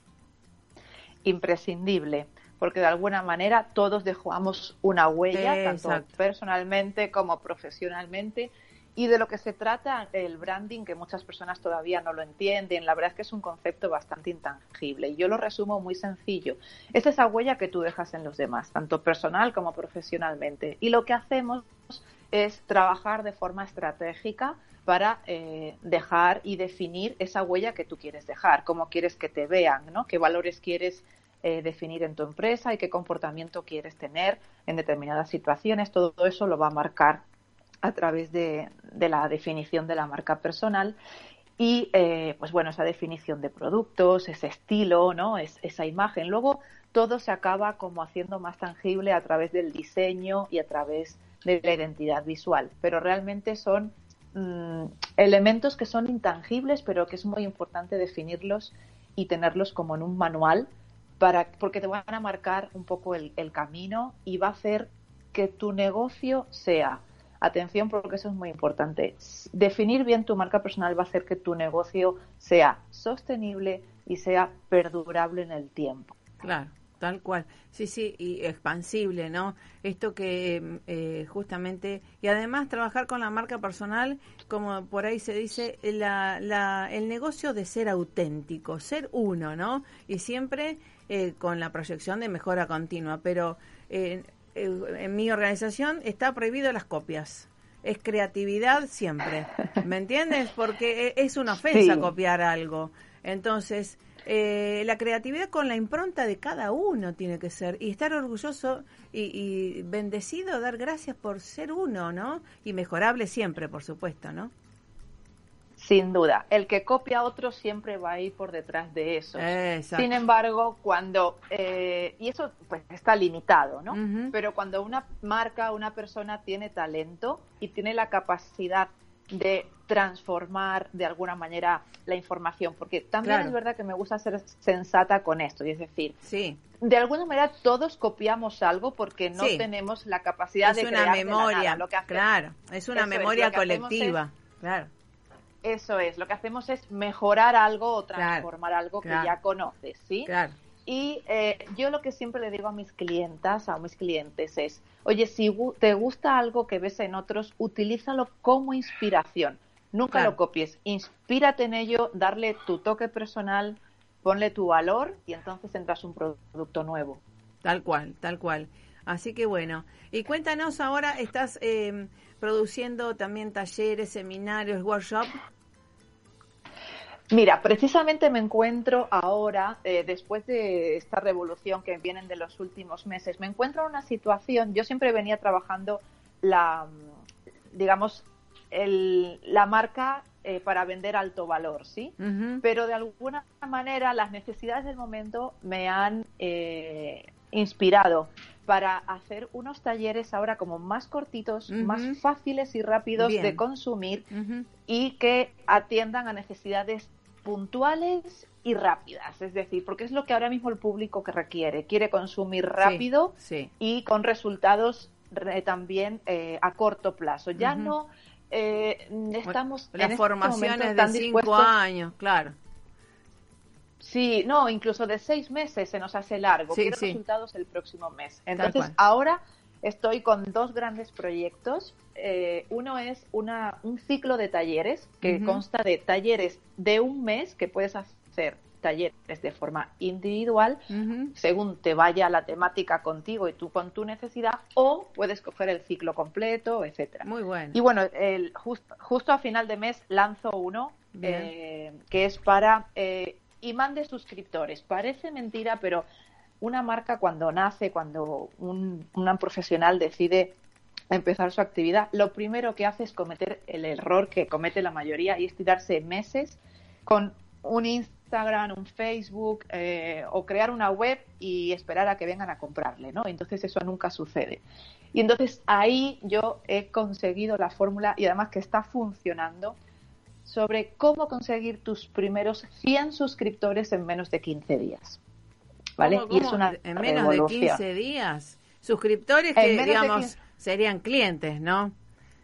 Imprescindible, porque de alguna manera todos dejamos una huella, eh, tanto exacto. personalmente como profesionalmente. Y de lo que se trata el branding, que muchas personas todavía no lo entienden, la verdad es que es un concepto bastante intangible. Y yo lo resumo muy sencillo. Es esa huella que tú dejas en los demás, tanto personal como profesionalmente. Y lo que hacemos es trabajar de forma estratégica para eh, dejar y definir esa huella que tú quieres dejar, cómo quieres que te vean, ¿no? Qué valores quieres eh, definir en tu empresa y qué comportamiento quieres tener en determinadas situaciones. Todo eso lo va a marcar a través de, de la definición de la marca personal y, eh, pues bueno, esa definición de productos, ese estilo, ¿no? Es, esa imagen. Luego todo se acaba como haciendo más tangible a través del diseño y a través de la identidad visual. Pero realmente son mmm, elementos que son intangibles, pero que es muy importante definirlos y tenerlos como en un manual, para, porque te van a marcar un poco el, el camino y va a hacer que tu negocio sea... Atención, porque eso es muy importante. Definir bien tu marca personal va a hacer que tu negocio sea sostenible y sea perdurable en el tiempo. Claro, tal cual. Sí, sí, y expansible, ¿no? Esto que eh, justamente... Y además trabajar con la marca personal, como por ahí se dice, la, la, el negocio de ser auténtico, ser uno, ¿no? Y siempre eh, con la proyección de mejora continua, pero... Eh, en mi organización está prohibido las copias. Es creatividad siempre, ¿me entiendes? Porque es una ofensa sí. copiar algo. Entonces, eh, la creatividad con la impronta de cada uno tiene que ser, y estar orgulloso y, y bendecido, dar gracias por ser uno, ¿no? Y mejorable siempre, por supuesto, ¿no? Sin duda, el que copia a otro siempre va a ir por detrás de eso. Exacto. Sin embargo, cuando, eh, y eso pues está limitado, ¿no? Uh-huh. Pero cuando una marca, una persona tiene talento y tiene la capacidad de transformar de alguna manera la información, porque también claro. es verdad que me gusta ser sensata con esto, y es decir, sí. de alguna manera todos copiamos algo porque no sí. tenemos la capacidad es de una crear memoria, de la nada. Lo que hacemos, claro, es una memoria es, colectiva, es, claro. Eso es, lo que hacemos es mejorar algo o transformar claro, algo claro, que ya conoces, ¿sí? Claro. Y eh, yo lo que siempre le digo a mis clientas, a mis clientes es, oye, si te gusta algo que ves en otros, utilízalo como inspiración. Nunca claro. lo copies, inspírate en ello, darle tu toque personal, ponle tu valor y entonces tendrás un producto nuevo. Tal cual, tal cual. Así que bueno, y cuéntanos ahora, ¿estás eh, produciendo también talleres, seminarios, workshops? Mira, precisamente me encuentro ahora, eh, después de esta revolución que vienen de los últimos meses, me encuentro en una situación, yo siempre venía trabajando la, digamos, el, la marca eh, para vender alto valor, ¿sí? Uh-huh. Pero de alguna manera las necesidades del momento me han eh, inspirado para hacer unos talleres ahora como más cortitos, uh-huh. más fáciles y rápidos Bien. de consumir uh-huh. y que atiendan a necesidades puntuales y rápidas, es decir, porque es lo que ahora mismo el público que requiere, quiere consumir rápido sí, sí. y con resultados re, también eh, a corto plazo. Ya uh-huh. no eh, estamos bueno, las en formaciones este de cinco años, claro. Sí, no, incluso de seis meses se nos hace largo. Sí, Quiero sí. resultados el próximo mes. Entonces, ahora estoy con dos grandes proyectos. Eh, uno es una, un ciclo de talleres que uh-huh. consta de talleres de un mes, que puedes hacer talleres de forma individual, uh-huh. según te vaya la temática contigo y tú con tu necesidad, o puedes coger el ciclo completo, etcétera. Muy bueno. Y bueno, el, just, justo a final de mes lanzo uno eh, que es para eh, imán de suscriptores. Parece mentira, pero una marca cuando nace, cuando un, un profesional decide empezar su actividad, lo primero que hace es cometer el error que comete la mayoría, y es tirarse meses con un Instagram, un Facebook eh, o crear una web y esperar a que vengan a comprarle, ¿no? Entonces eso nunca sucede. Y entonces ahí yo he conseguido la fórmula, y además que está funcionando, sobre cómo conseguir tus primeros cien suscriptores en menos de quince días. ¿Vale? ¿Cómo, cómo? Y es una en menos revolución. de quince días. Suscriptores que, digamos, serían clientes, ¿no?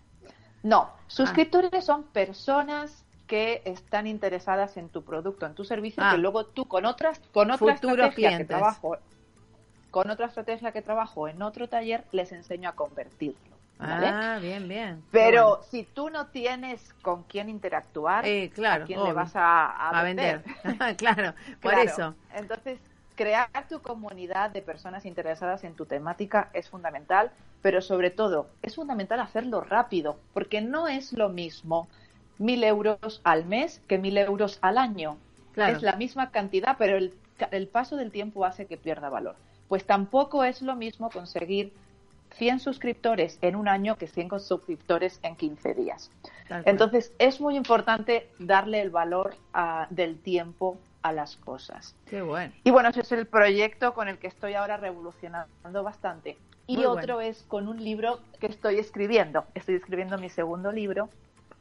No, suscriptores ah. son personas que están interesadas en tu producto, en tu servicio, ah. que luego tú con otras con otra Futuros estrategia clientes. que trabajo con otra estrategia que trabajo en otro taller les enseño a convertirlo. ¿Vale? Ah, bien, bien. Pero bueno. si tú no tienes con quién interactuar, eh, claro, ¿a quién obvio. le vas a, a, a vender? vender. claro, por claro. eso. Entonces, crear tu comunidad de personas interesadas en tu temática es fundamental, pero sobre todo es fundamental hacerlo rápido, porque no es lo mismo mil euros al mes que mil euros al año. Claro. Es la misma cantidad, pero el, el paso del tiempo hace que pierda valor. Pues tampoco es lo mismo conseguir cien suscriptores en un año que cien suscriptores en quince días. Entonces, es muy importante darle el valor a, del tiempo a las cosas. Qué bueno. Y bueno, ese es el proyecto con el que estoy ahora revolucionando bastante. Y muy otro bueno. es con un libro que estoy escribiendo. Estoy escribiendo mi segundo libro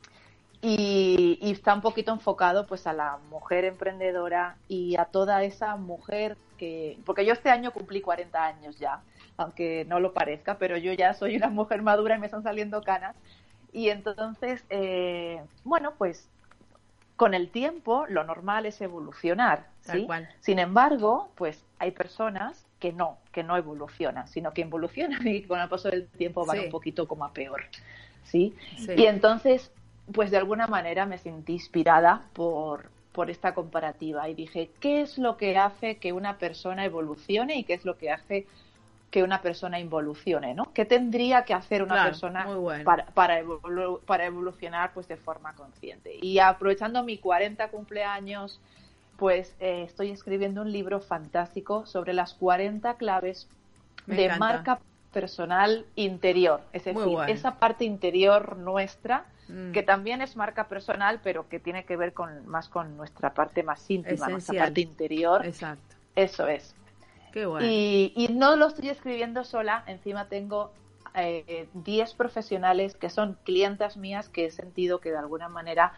y, y está un poquito enfocado pues a la mujer emprendedora y a toda esa mujer que... Porque yo este año cumplí cuarenta años ya, aunque no lo parezca, pero yo ya soy una mujer madura y me están saliendo canas. Y entonces, eh, bueno, pues con el tiempo lo normal es evolucionar, ¿sí? Tal cual. Sin embargo, pues hay personas que no, que no evolucionan, sino que involucionan y con el paso del tiempo van sí. un poquito como a peor, ¿sí? sí. Y entonces, pues de alguna manera me sentí inspirada por... por esta comparativa y dije, ¿qué es lo que hace que una persona evolucione y qué es lo que hace que una persona involucione, ¿no? ¿Qué tendría que hacer una claro, persona bueno. para, para, evolu- para evolucionar pues de forma consciente? Y aprovechando mi cuarenta cumpleaños, pues eh, estoy escribiendo un libro fantástico sobre las cuarenta claves Me de encanta. marca personal interior, es decir, bueno. esa parte interior nuestra mm. que también es marca personal, pero que tiene que ver con más con nuestra parte más íntima, Esencial. nuestra parte interior. Exacto. Eso es. Qué bueno. Y, y no lo estoy escribiendo sola, encima tengo eh, diez profesionales que son clientas mías que he sentido que de alguna manera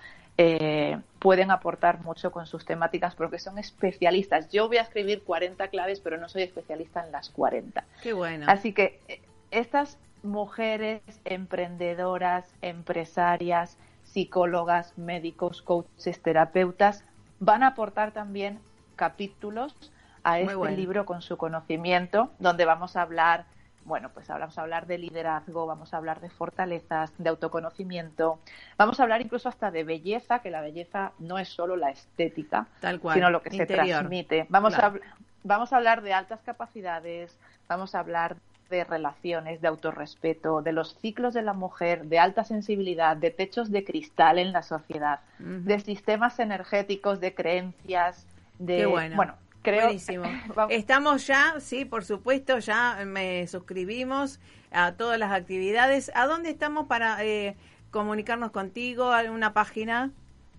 eh, pueden aportar mucho con sus temáticas porque son especialistas. Yo voy a escribir cuarenta claves, pero no soy especialista en las cuarenta. Qué bueno. Así que eh, estas mujeres emprendedoras, empresarias, psicólogas, médicos, coaches, terapeutas van a aportar también capítulos a este bueno. libro con su conocimiento, donde vamos a hablar, bueno, pues vamos a hablar de liderazgo, vamos a hablar de fortalezas, de autoconocimiento, vamos a hablar incluso hasta de belleza, que la belleza no es solo la estética, Tal cual. sino lo que Interior. se transmite. Vamos claro. a vamos a hablar de altas capacidades, vamos a hablar de relaciones, de autorrespeto, de los ciclos de la mujer, de alta sensibilidad, de techos de cristal en la sociedad, uh-huh. de sistemas energéticos, de creencias, de... Qué bueno. bueno Creo... Buenísimo. Estamos ya, sí, por supuesto, ya me suscribimos a todas las actividades. ¿A dónde estamos para eh, comunicarnos contigo? ¿Alguna página?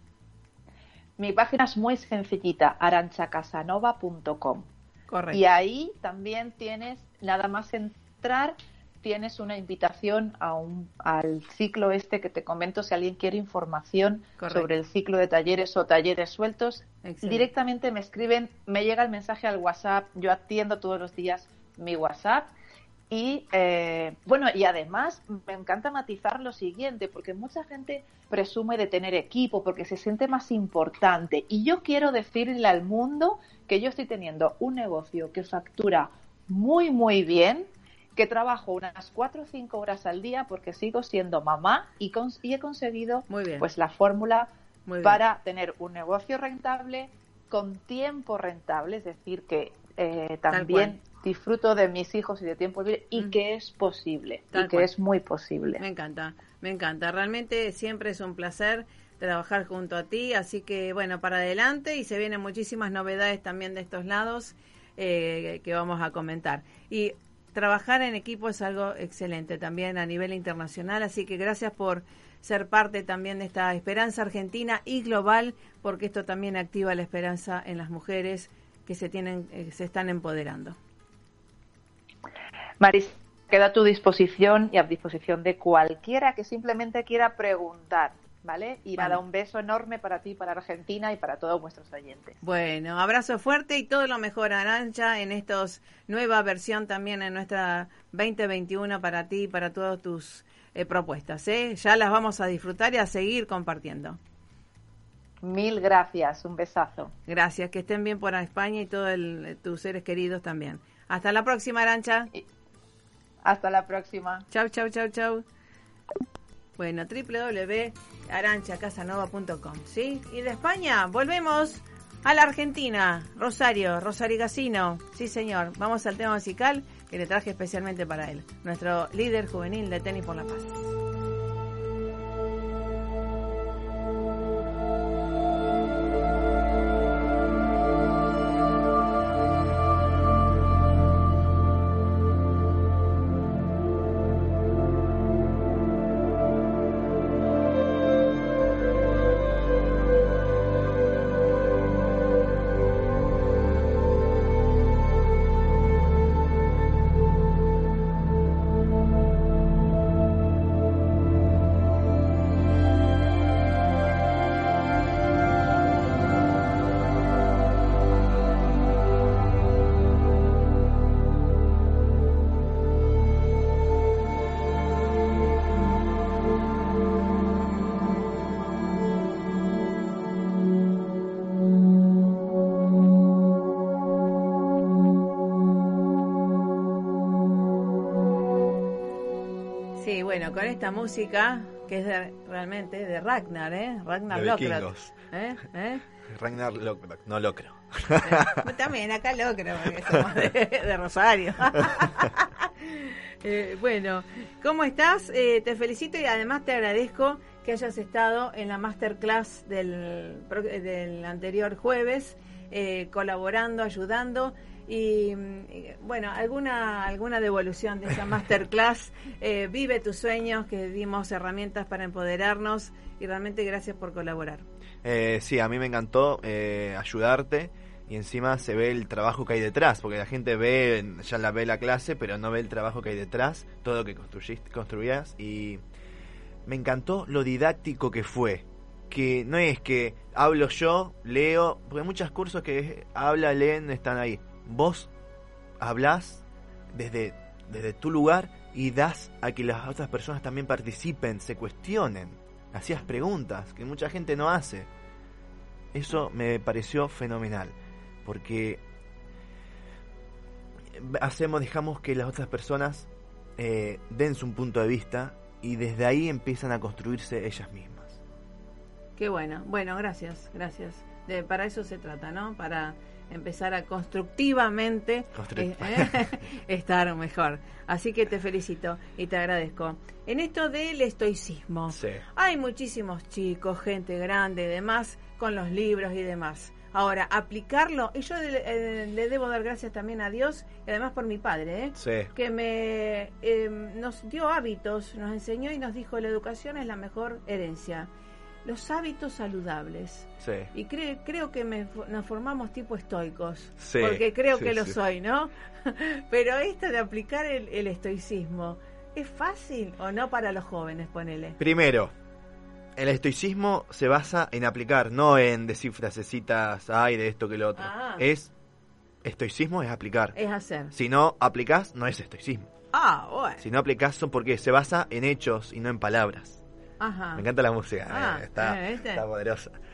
Mi página es muy sencillita, arancha casanova punto com. Correcto. Y ahí también tienes, nada más entrar, tienes una invitación a un, al ciclo este que te comento. Si alguien quiere información Correcto. Sobre el ciclo de talleres o talleres sueltos, Excelente. Directamente me escriben, me llega el mensaje al WhatsApp, yo atiendo todos los días mi WhatsApp. Y eh, bueno, y además me encanta matizar lo siguiente, porque mucha gente presume de tener equipo porque se siente más importante. Y yo quiero decirle al mundo que yo estoy teniendo un negocio que factura muy, muy bien, que trabajo unas cuatro o cinco horas al día porque sigo siendo mamá y, cons- y he conseguido pues la fórmula para tener un negocio rentable con tiempo rentable, es decir, que eh, también disfruto de mis hijos y de tiempo libre y mm. que es posible, Tal y que cual. es muy posible. Me encanta, me encanta. Realmente siempre es un placer trabajar junto a ti, así que bueno, para adelante, y se vienen muchísimas novedades también de estos lados eh, que vamos a comentar. Y trabajar en equipo es algo excelente también a nivel internacional, así que gracias por ser parte también de esta esperanza argentina y global, porque esto también activa la esperanza en las mujeres que se tienen, eh, se están empoderando. Maris, queda a tu disposición y a disposición de cualquiera que simplemente quiera preguntar, ¿vale? Y vale. Nada, un beso enorme para ti, para Argentina y para todos vuestros oyentes. Bueno, abrazo fuerte y todo lo mejor, Arantxa, en esta nueva versión también en nuestra veinte veintiuno para ti y para todas tus eh, propuestas, ¿eh? Ya las vamos a disfrutar y a seguir compartiendo. Mil gracias, un besazo. Gracias, que estén bien por España y todos tus seres queridos también. Hasta la próxima, Arantxa. Hasta la próxima. Chau, chau, chau, chau. Bueno, doble u doble u doble u punto arantxa casanova punto com, ¿sí? Y de España volvemos a la Argentina. Rosario, Rosario Gacino. Sí, señor. Vamos al tema musical que le traje especialmente para él. Nuestro líder juvenil de Tenis por la Paz. Bueno, con esta música que es de, realmente de Ragnar, ¿eh? Ragnar Lothbrok. ¿Eh? ¿Eh? Ragnar Lothbrok, no Locro. Eh, también acá Locro, porque somos de, de Rosario. eh, bueno, ¿cómo estás? Eh, te felicito y además te agradezco que hayas estado en la masterclass del, del anterior jueves, eh, colaborando, ayudando. Y, y bueno, alguna alguna devolución de esa masterclass. eh, Vive tus sueños, que dimos herramientas para empoderarnos, y realmente gracias por colaborar. Eh, sí, a mí me encantó eh, ayudarte, y encima se ve el trabajo que hay detrás, porque la gente ve, ya la ve la clase, pero no ve el trabajo que hay detrás, todo lo que construiste, construías, y me encantó lo didáctico que fue. Que no es que hablo yo, leo, porque hay muchos cursos que habla, leen, están ahí. Vos hablás desde, desde tu lugar y das a que las otras personas también participen, se cuestionen. Hacías preguntas que mucha gente no hace. Eso me pareció fenomenal, porque hacemos, dejamos que las otras personas eh, den su punto de vista y desde ahí empiezan a construirse ellas mismas. Qué bueno. Bueno, gracias, gracias. De, para eso se trata, ¿no? Para empezar a constructivamente eh, eh, estar mejor. Así que te felicito y te agradezco. En esto del estoicismo, sí. Hay muchísimos chicos, gente grande y demás, con los libros y demás. Ahora, aplicarlo, y yo le, eh, le debo dar gracias también a Dios, y además por mi padre, ¿eh? Sí. Que me eh, nos dio hábitos, nos enseñó y nos dijo, la educación es la mejor herencia. Los hábitos saludables. Sí. Y cre- creo que me, nos formamos tipo estoicos, sí, porque creo sí, que lo sí. soy, ¿no? Pero esto de aplicar el, el estoicismo, ¿es fácil o no para los jóvenes? Ponele. Primero, el estoicismo se basa en aplicar, no en decir frasecitas, ay, de esto que lo otro. Ah. Es, estoicismo es aplicar. Es hacer. Si no aplicás, no es estoicismo. Ah, bueno. Si no aplicás, son porque se basa en hechos y no en palabras. Ajá. Me encanta la música, ah, eh, está, ¿viste? está poderosa.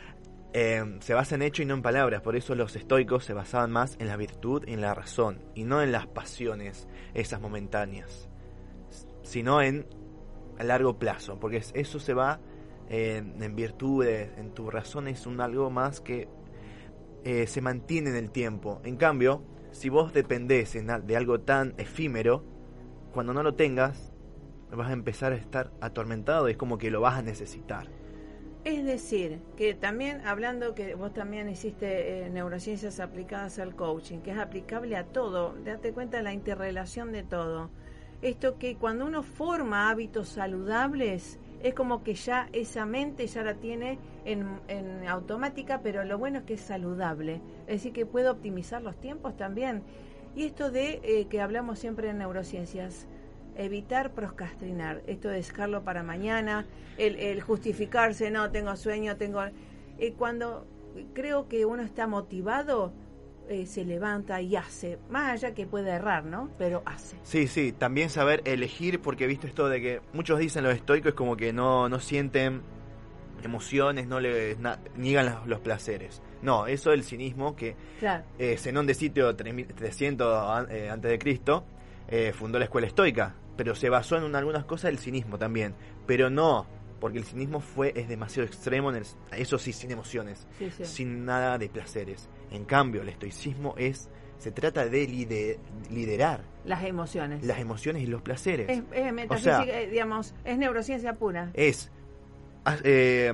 eh, se basa en hecho y no en palabras. Por eso los estoicos se basaban más en la virtud y en la razón, y no en las pasiones, esas momentáneas, sino en a largo plazo, porque eso se va eh, en virtudes, en tu razón, es un algo más que eh, se mantiene en el tiempo. En cambio, si vos dependés en, de algo tan efímero, cuando no lo tengas, vas a empezar a estar atormentado, es como que lo vas a necesitar. Es decir, que también hablando que vos también hiciste eh, neurociencias aplicadas al coaching, que es aplicable a todo, date cuenta de la interrelación de todo. Esto que cuando uno forma hábitos saludables, es como que ya esa mente ya la tiene en, en automática, pero lo bueno es que es saludable. Es decir, que puede optimizar los tiempos también. Y esto de eh, que hablamos siempre en neurociencias, evitar procrastinar, esto de dejarlo para mañana, el, el justificarse, no, tengo sueño, tengo... Eh, cuando creo que uno está motivado, eh, se levanta y hace, más allá que puede errar, ¿no? Pero hace. Sí, sí, también saber elegir, porque viste esto de que muchos dicen los estoicos como que no, no sienten emociones, no les na, niegan los, los placeres. No, eso es el cinismo que claro. eh, Zenón de Sitio trescientos eh, antes de Cristo eh, fundó la escuela estoica, pero se basó en un, algunas cosas del cinismo también, pero no, porque el cinismo fue es demasiado extremo, en el, eso sí, sin emociones, sí, sí. sin nada de placeres. En cambio, el estoicismo es se trata de lider, liderar las emociones, las emociones y los placeres. Es, es metafísica, o sea, eh, digamos, es neurociencia pura. Es eh,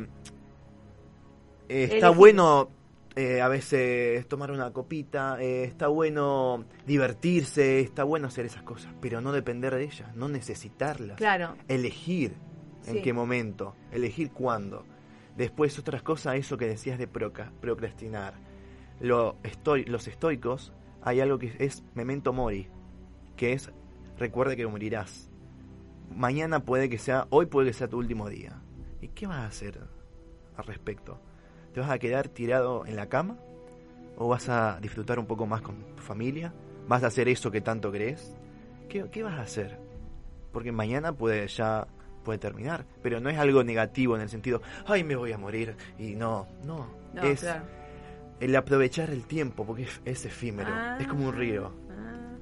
eh, está Elegir. bueno eh, a veces tomar una copita, eh, está bueno divertirse, está bueno hacer esas cosas, pero no depender de ellas, no necesitarlas. Claro. Elegir en sí. qué momento, elegir cuándo. Después otras cosas, eso que decías de proca, procrastinar. Lo estoy, los estoicos, hay algo que es memento mori, que es recuerda que morirás. Mañana puede que sea, hoy puede que sea tu último día. ¿Y qué vas a hacer al respecto? ¿Te vas a quedar tirado en la cama? ¿O vas a disfrutar un poco más con tu familia? ¿Vas a hacer eso que tanto crees? ¿Qué, qué vas a hacer? Porque mañana puede ya puede terminar, pero no es algo negativo en el sentido, ay, me voy a morir, y no, no, no es claro. el aprovechar el tiempo, porque es, es efímero, ah, es como un río, ah,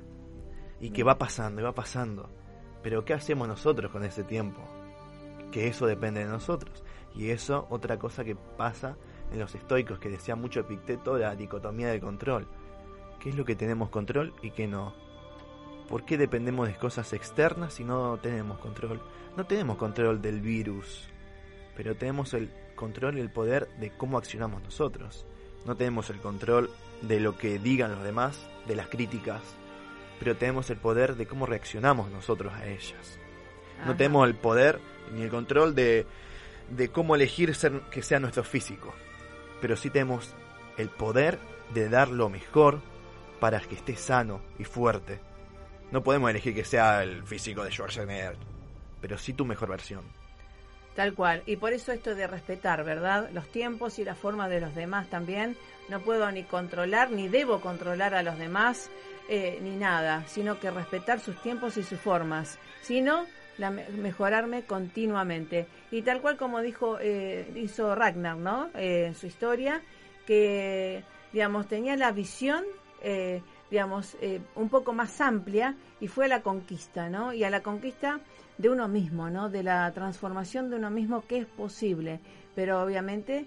y que va pasando, y va pasando, pero ¿qué hacemos nosotros con ese tiempo? Que eso depende de nosotros, y eso, otra cosa que pasa en los estoicos, que decía mucho Epicteto, la dicotomía del control, ¿qué es lo que tenemos control y qué no? ¿Por qué dependemos de cosas externas si no tenemos control? No tenemos control del virus, pero tenemos el control y el poder de cómo accionamos nosotros. No tenemos el control de lo que digan los demás, de las críticas, pero tenemos el poder de cómo reaccionamos nosotros a ellas. Ajá. No tenemos el poder ni el control de, de cómo elegir ser, que sea nuestro físico, pero sí tenemos el poder de dar lo mejor para que esté sano y fuerte. No podemos elegir que sea el físico de Schwarzenegger, pero sí tu mejor versión. Tal cual. Y por eso esto de respetar, ¿verdad? Los tiempos y la forma de los demás también. No puedo ni controlar, ni debo controlar a los demás, eh, ni nada, sino que respetar sus tiempos y sus formas. Sino la, mejorarme continuamente. Y tal cual como dijo, eh, hizo Ragnar, ¿no? Eh, en su historia, que, digamos, tenía la visión... Eh, digamos, eh, un poco más amplia, y fue a la conquista, ¿no? Y a la conquista de uno mismo, ¿no? De la transformación de uno mismo, que es posible, pero obviamente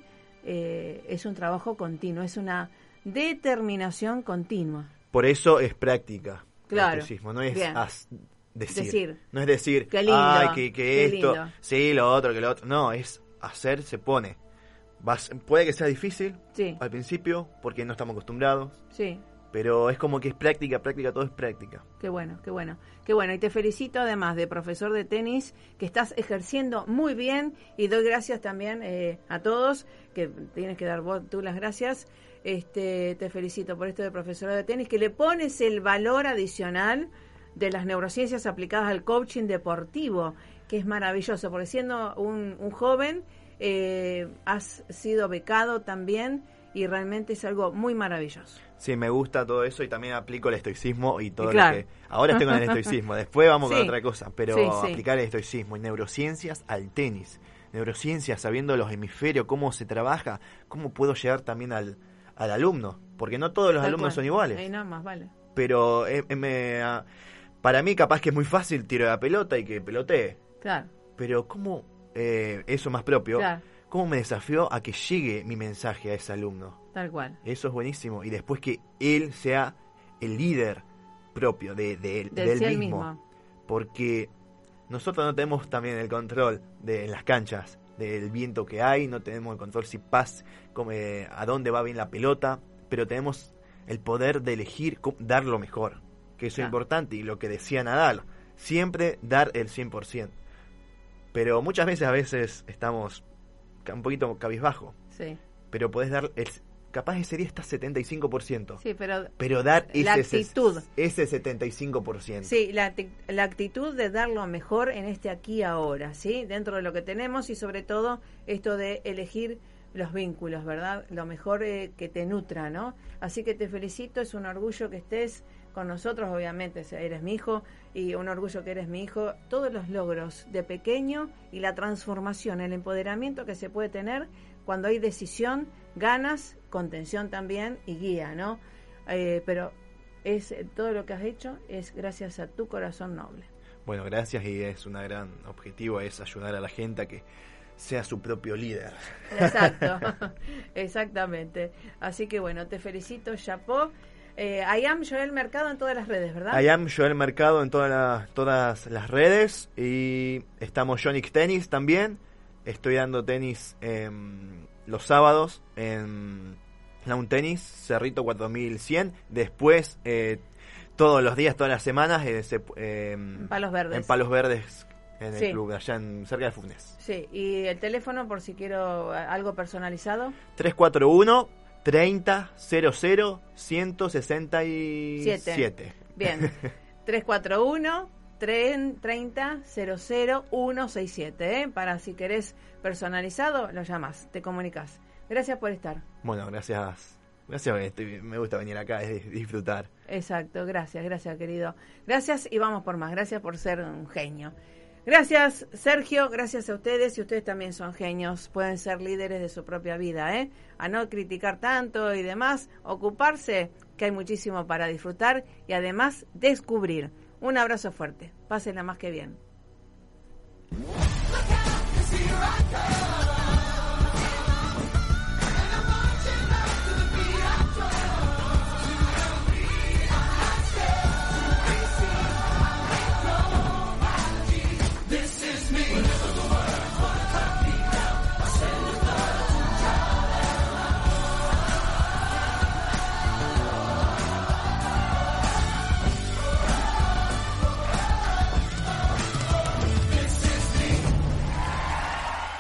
eh, es un trabajo continuo, es una determinación continua. Por eso es práctica. Claro. El estoicismo, no es as, decir, decir. No es decir, qué lindo, ay, que, que qué esto, lindo. Sí, lo otro, que lo otro. No, es hacer, se pone. Vas, puede que sea difícil sí. al principio, porque no estamos acostumbrados. Sí. Pero es como que es práctica, práctica, todo es práctica. Qué bueno, qué bueno, qué bueno. Y te felicito además de profesor de tenis, que estás ejerciendo muy bien, y doy gracias también eh, a todos, que tienes que dar vos tú las gracias. Este, te felicito por esto de profesor de tenis, que le pones el valor adicional de las neurociencias aplicadas al coaching deportivo, que es maravilloso, porque siendo un, un joven, eh, has sido becado también, y realmente es algo muy maravilloso. Sí, me gusta todo eso, y también aplico el estoicismo y todo claro. lo que... Ahora estoy con el estoicismo, después vamos sí. con otra cosa, pero sí, sí. aplicar el estoicismo y neurociencias al tenis. neurociencia, sabiendo los hemisferios, cómo se trabaja, cómo puedo llegar también al, al alumno, porque no todos los Tal alumnos cual. son iguales. Ahí nada más, vale. Pero eh, eh, me, ah, para mí capaz que es muy fácil tiro la pelota y que pelotee. Claro. Pero cómo, eh, eso más propio, Claro. cómo me desafió a que llegue mi mensaje a ese alumno. Tal cual. Eso es buenísimo. Y después que él sea el líder propio de, de él, Del de él sí él mismo. mismo. Porque nosotros no tenemos también el control de en las canchas del viento que hay, no tenemos el control si pasa, como, eh, a dónde va bien la pelota, pero tenemos el poder de elegir cómo- dar lo mejor, que eso Claro. es importante, y lo que decía Nadal, siempre dar el cien por ciento. Pero muchas veces a veces estamos ca- un poquito cabizbajo, Sí. pero podés dar, el, capaz ese día está setenta y cinco por ciento, Sí, pero pero dar la ese, actitud. ese setenta y cinco por ciento. Sí, la, acti- la actitud de dar lo mejor en este aquí y ahora, ¿sí? Dentro de lo que tenemos y sobre todo esto de elegir los vínculos, ¿verdad? Lo mejor eh, que te nutra, ¿no? Así que te felicito, es un orgullo que estés con nosotros, obviamente, eres mi hijo y un orgullo que eres mi hijo. Todos los logros de pequeño y la transformación, el empoderamiento que se puede tener cuando hay decisión, ganas, contención también y guía, ¿no? Eh, pero es todo lo que has hecho es gracias a tu corazón noble. Bueno, gracias, y es un gran objetivo, es ayudar a la gente a que sea su propio líder. Exacto, exactamente. Así que bueno, te felicito, chapó. Eh, I am Joel Mercado en todas las redes, ¿verdad? I am Joel Mercado en toda la- todas las redes, y estamos Yonix Tenis también. Estoy dando tenis eh, los sábados en Lawn Tenis, Cerrito cuatro mil cien. Después, eh, todos los días, todas las semanas, eh, se, eh, En Palos Verdes. En Palos Verdes, en el Sí. club, allá en, cerca de Funes. Sí, y el teléfono por si quiero eh, algo personalizado. tres cuatro uno, treinta, cero cero, ciento sesenta y siete. Bien, tres cuatro uno, treinta, cero cero, ciento sesenta y siete, ¿eh? Para si querés personalizado, lo llamás, te comunicas. Gracias por estar. Bueno, gracias. Gracias, estoy- me gusta venir acá, es disfrutar. Exacto, gracias, gracias querido. Gracias y vamos por más, gracias por ser un genio. Gracias Sergio, gracias a ustedes, y ustedes también son genios, pueden ser líderes de su propia vida, ¿eh? A no criticar tanto y demás, ocuparse, que hay muchísimo para disfrutar y además descubrir. Un abrazo fuerte, pásenla más que bien. Look out, 'cause here I come.